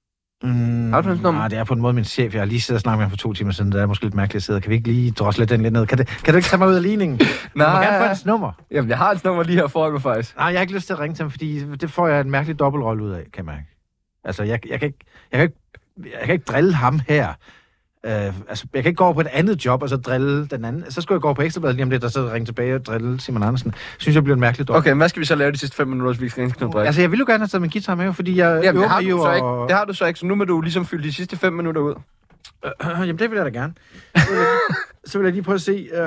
Mm, Har du sådan noget? nej, det er på en måde min chef. Jeg har lige siddet og snakket med ham for to timer siden. Det er måske lidt mærkeligt at sidde. Kan vi ikke lige drosle den lidt ned? Kan, det, kan du ikke tage mig ud af ligningen? Nej. Jeg må gerne få hans nummer. Jamen, jeg har hans nummer lige her foran mig, faktisk. Nej, jeg har ikke lyst til at ringe til ham, fordi det får jeg en mærkelig dobbeltrolle ud af, kan jeg mærke. Altså, jeg, jeg, kan ikke, jeg, kan ikke, jeg kan ikke drille ham her. Uh, altså, jeg kan ikke gå over på et andet job, og så drille den anden. Så skulle jeg gå over på Ekstrabladet lige om lidt, og så ringe tilbage og drille Simon Andersen. Synes jeg bliver en mærkelig dobbelt. Okay, men hvad skal vi så lave de sidste fem minutter, hvis vi skal ringe til Knud Brix? Altså, jeg ville jo gerne have taget min guitar med, fordi jeg Jamen, det har, øver du jo... så ikke. Og... det har du så ikke, så nu må du ligesom fylde de sidste fem minutter ud. Øh, jamen, det vil jeg da gerne. Så vil jeg, så vil jeg lige prøve at se... Øh...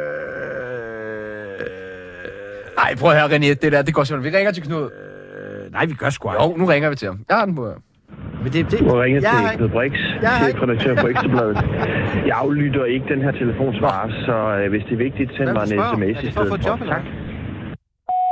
Nej, prøv at høre, René, det der, det går simpelthen. Vi ringer til Knud. Øh, nej, vi gør sgu ej. Jo, nu ringer vi til ham. Jeg har den på her. Men det, det... Du har ringet Jeg har til Knud Brix, Jeg har ikke- chefredaktør på Ekstrabladet. Jeg aflytter ikke den her telefonsvarer, så øh, hvis det er vigtigt, send Hvem mig en spørger? sms Er i det for at stedet få et job, for. eller Tak.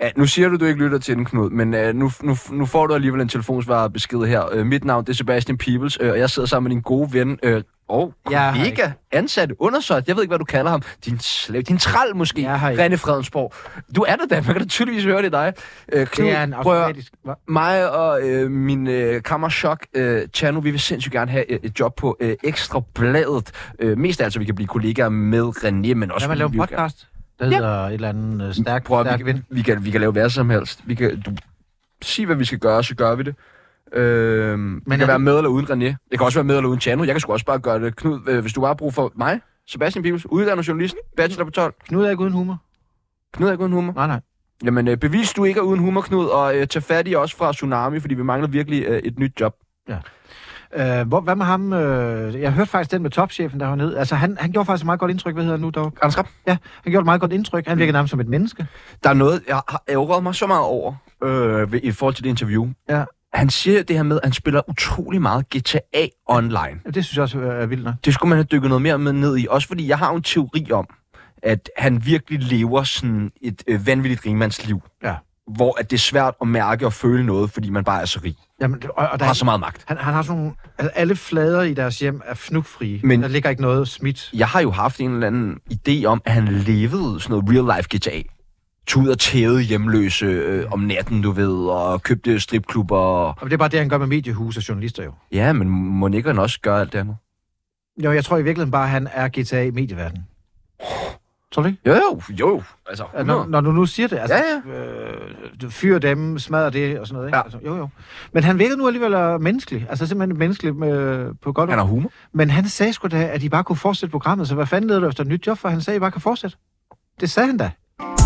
Ja, nu siger du, du ikke lytter til den, Knud, men uh, nu, nu, nu får du alligevel en telefonsvaret besked her. Uh, mit navn det er Sebastian Peebles, uh, og jeg sidder sammen med din gode ven uh, og kollega, ansat, undersøgt, jeg ved ikke, hvad du kalder ham. Din slave, din tral måske, René Fredensborg. Du er der da, man kan da tydeligvis høre det i dig. Uh, Knud, det er en automatisk... Mig og uh, min uh, kammerchok, uh, Chano, vi vil sindssygt gerne have uh, et job på uh, Ekstra Bladet. Uh, mest altså, vi kan blive kollegaer med René, men også... Lad mig lave en podcast. Der hedder ja. et eller andet uh, stærkt Prøv, stærk vi, vind. Vi kan, vi kan lave hvad som helst. Vi kan, du, sig, hvad vi skal gøre, så gør vi det. Øh, Men vi kan være det... med eller uden René. Jeg kan også være med eller uden Chano. Jeg kan sgu også bare gøre det. Knud, øh, hvis du bare har brug for mig, Sebastian Peebles, uddannet journalist, bachelor på tolv. Knud er ikke uden humor. Knud er ikke uden humor? Nej, nej. Jamen, øh, bevis du ikke er uden humor, Knud, og øh, tag fat i os fra Tsunami, fordi vi mangler virkelig øh, et nyt job. Ja. Uh, hvor, hvad med ham? Uh, jeg hørte faktisk den med topchefen, der var nede. Altså, han, han gjorde faktisk et meget godt indtryk. Hvad hedder han nu, dog? Anders Rapp? Ja, han gjorde et meget godt indtryk. Han virker nærmest som et menneske. Der er noget, jeg har ærgret mig så meget over øh, i forhold til det interview. Ja. Han siger det her med, at han spiller utrolig meget G T A online. Ja, det synes jeg også er vildt nok. Det skulle man have dykket noget mere med ned i. Også fordi jeg har jo en teori om, at han virkelig lever sådan et øh, vanvittigt rigmandsliv. Ja. Hvor at det er svært at mærke og føle noget, fordi man bare er så rig. Jamen, og, og der har så meget magt. Han, han har sådan nogle... Altså, alle flader i deres hjem er fnugfrie. Men der ligger ikke noget smidt. Jeg har jo haft en eller anden idé om, at han levede sådan noget real-life G T A. Tog ud og tævede hjemløse øh, om natten, du ved, og købte stripklubber. Og det er bare det, han gør med mediehus og journalister jo. Ja, men må ikke han også gøre alt det andet? Jo, jeg tror i virkeligheden bare, at han er G T A i medieverdenen. Tror du ikke? Jo, jo, jo. Altså, når, når du nu siger det, altså, ja, ja. Øh, fyr dem, smadrer det og sådan noget, ikke? Ja. Altså, jo, jo. Men han virker nu alligevel menneskelig, altså simpelthen menneskelig med, på godt. Han har humor. Men han sagde sgu da, at de bare kunne fortsætte programmet, så hvad fanden leder du efter et nyt job for? Han sagde, at I bare kan fortsætte. Det sagde han da.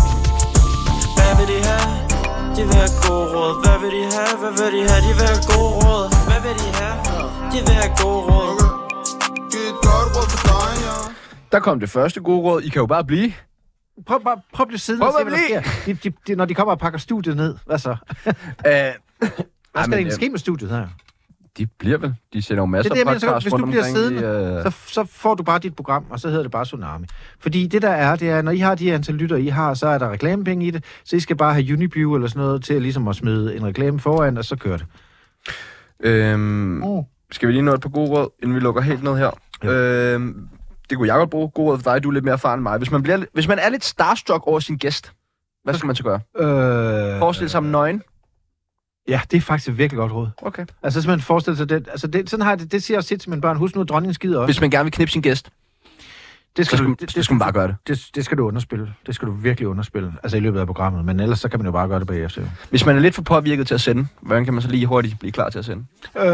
Hvad vil de have? De vil have gode råd. Hvad vil de have? Hvad vil de have? De vil have gode råd. Hvad vil de have? De vil have gode råd. Giv et godt råd for dig, ja. Der kom det første gode råd. I kan jo bare blive. Prøv, bare, prøv at blive siddende og se, hvad der sker. De, de, de, når de kommer og pakker studiet ned, hvad så? Æh, hvad skal der egentlig ske med studiet her? De bliver vel. De sender jo masser af podcasts hvis du bliver omkring, siddende, de, uh... så, så får du bare dit program, og så hedder det bare Tsunami. Fordi det der er, det er, når I har de antal lytter, I har, så er der reklamepenge i det, så I skal bare have Unibrew eller sådan noget til ligesom at smide en reklame foran, og så kører det. Øhm, oh. Skal vi lige nå et par gode råd, inden vi lukker helt ned her? Øhm, det kunne jeg godt bruge. God råd for dig, du er lidt mere erfaren end mig. Hvis man, bliver, hvis man er lidt starstruck over sin gæst, hvad skal man så gøre? Øh, Forestil sig om nøgen. Ja, det er faktisk et virkelig godt råd. Okay. Altså, hvis man forestiller sig det, altså det, sådan har jeg det, det siger jeg også tit til mine børn. Husk nu, at dronningen skider også. Hvis man gerne vil knippe sin gæst, det skal, så du, det, det, det skal man bare gøre det. det. Det skal du underspille. Det skal du virkelig underspille. Altså i løbet af programmet. Men ellers så kan man jo bare gøre det bagefter. Hvis man er lidt for påvirket til at sende, hvordan kan man så lige hurtigt blive klar til at sende? Øh,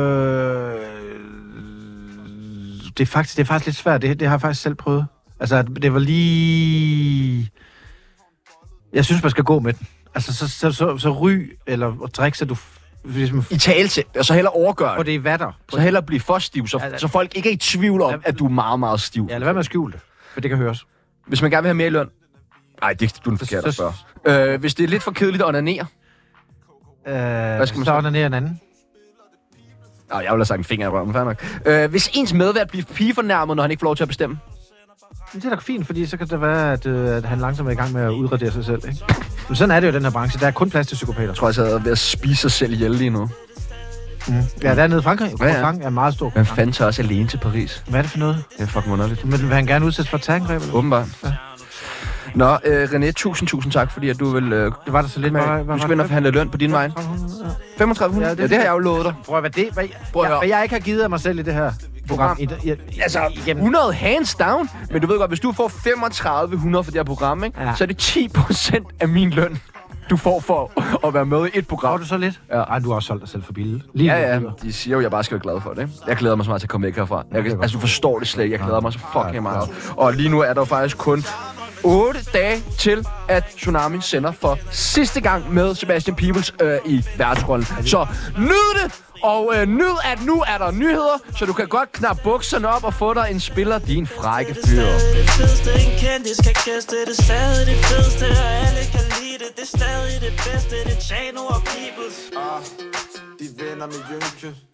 det, er faktisk, det er faktisk lidt svært. Det, det har jeg faktisk selv prøvet. Altså, det var lige... Jeg synes, man skal gå med den. Altså, så, så, så, så ryg eller drik, så du... Man... I talelse, og så heller overgør det. det i vatter. Så heller blive for stiv, så, ja, så folk ikke er i tvivl om, at du er meget, meget stiv. Ja, lad være med at skjule det, for det kan høres. Hvis man gerne vil have mere i løn... Nej, det er du den forkerte at spørge. Øh, hvis det er lidt for kedeligt at onanere... Øh, Hvad skal man så onanere en anden? Nå, jeg vil have sagt en finger i røven, fair nok. Øh, hvis ens medvært bliver pigefornærmet, når han ikke får lov til at bestemme... Det er da fint, fordi så kan det være, at, øh, at han langsomt er i gang med at udradere sig selv, ikke? Men sådan er det jo, den her branche. Der er kun plads til psykopater. Jeg tror, jeg er ved at spise sig selv ihjel lige nu. Mm. Ja, dernede i Frankrig. Ja, ja. Frankrig er meget stor. Men fanden så også alene til Paris? Hvad er det for noget? Det er fucking underligt. Men vil han gerne udsættes for terrorangreb? Åbenbart. Ja. Nå, øh, René, tusind, tusind tak, fordi at du vil... Øh, det var der så lidt. Med, du skal ind og forhandle løn på din vej. femogtredive hundrede? Ja, det, ja, det har jeg jo lovet dig. Prøv at hvad det... Hvad, Prøv at jeg, hvad jeg ikke har givet af mig selv i det her program. I, i, i, altså, hundrede hands down. Men du ved godt, hvis du får femogtredive hundrede for det her program, ikke, ja. så er det ti procent af min løn, du får for at være med i et program. Får du så lidt? Ja. Ej, du har også solgt dig selv for billigt. Lige ja, ja. De siger jo, at jeg bare skal være glad for det. Jeg glæder mig så meget til at komme væk herfra. Jeg, altså, du forstår det slet ikke. Jeg glæder mig så fucking meget. Og lige nu er der faktisk kun otte dage til, at Tsunami sender for sidste gang med Sebastian Peebles øh, i værtsrollen. Så nyd det! Og øh, nyd, at nu er der nyheder, så du kan godt knappe bukserne op og få dig en spiller, din frække fyr. Det er stadig det fedeste, en kendis kan gæste. Det er stadig det fedeste, og alle kan lide det. Det er stadig det bedste, det er Chano og Peebles. Ah, de venner med Jynke.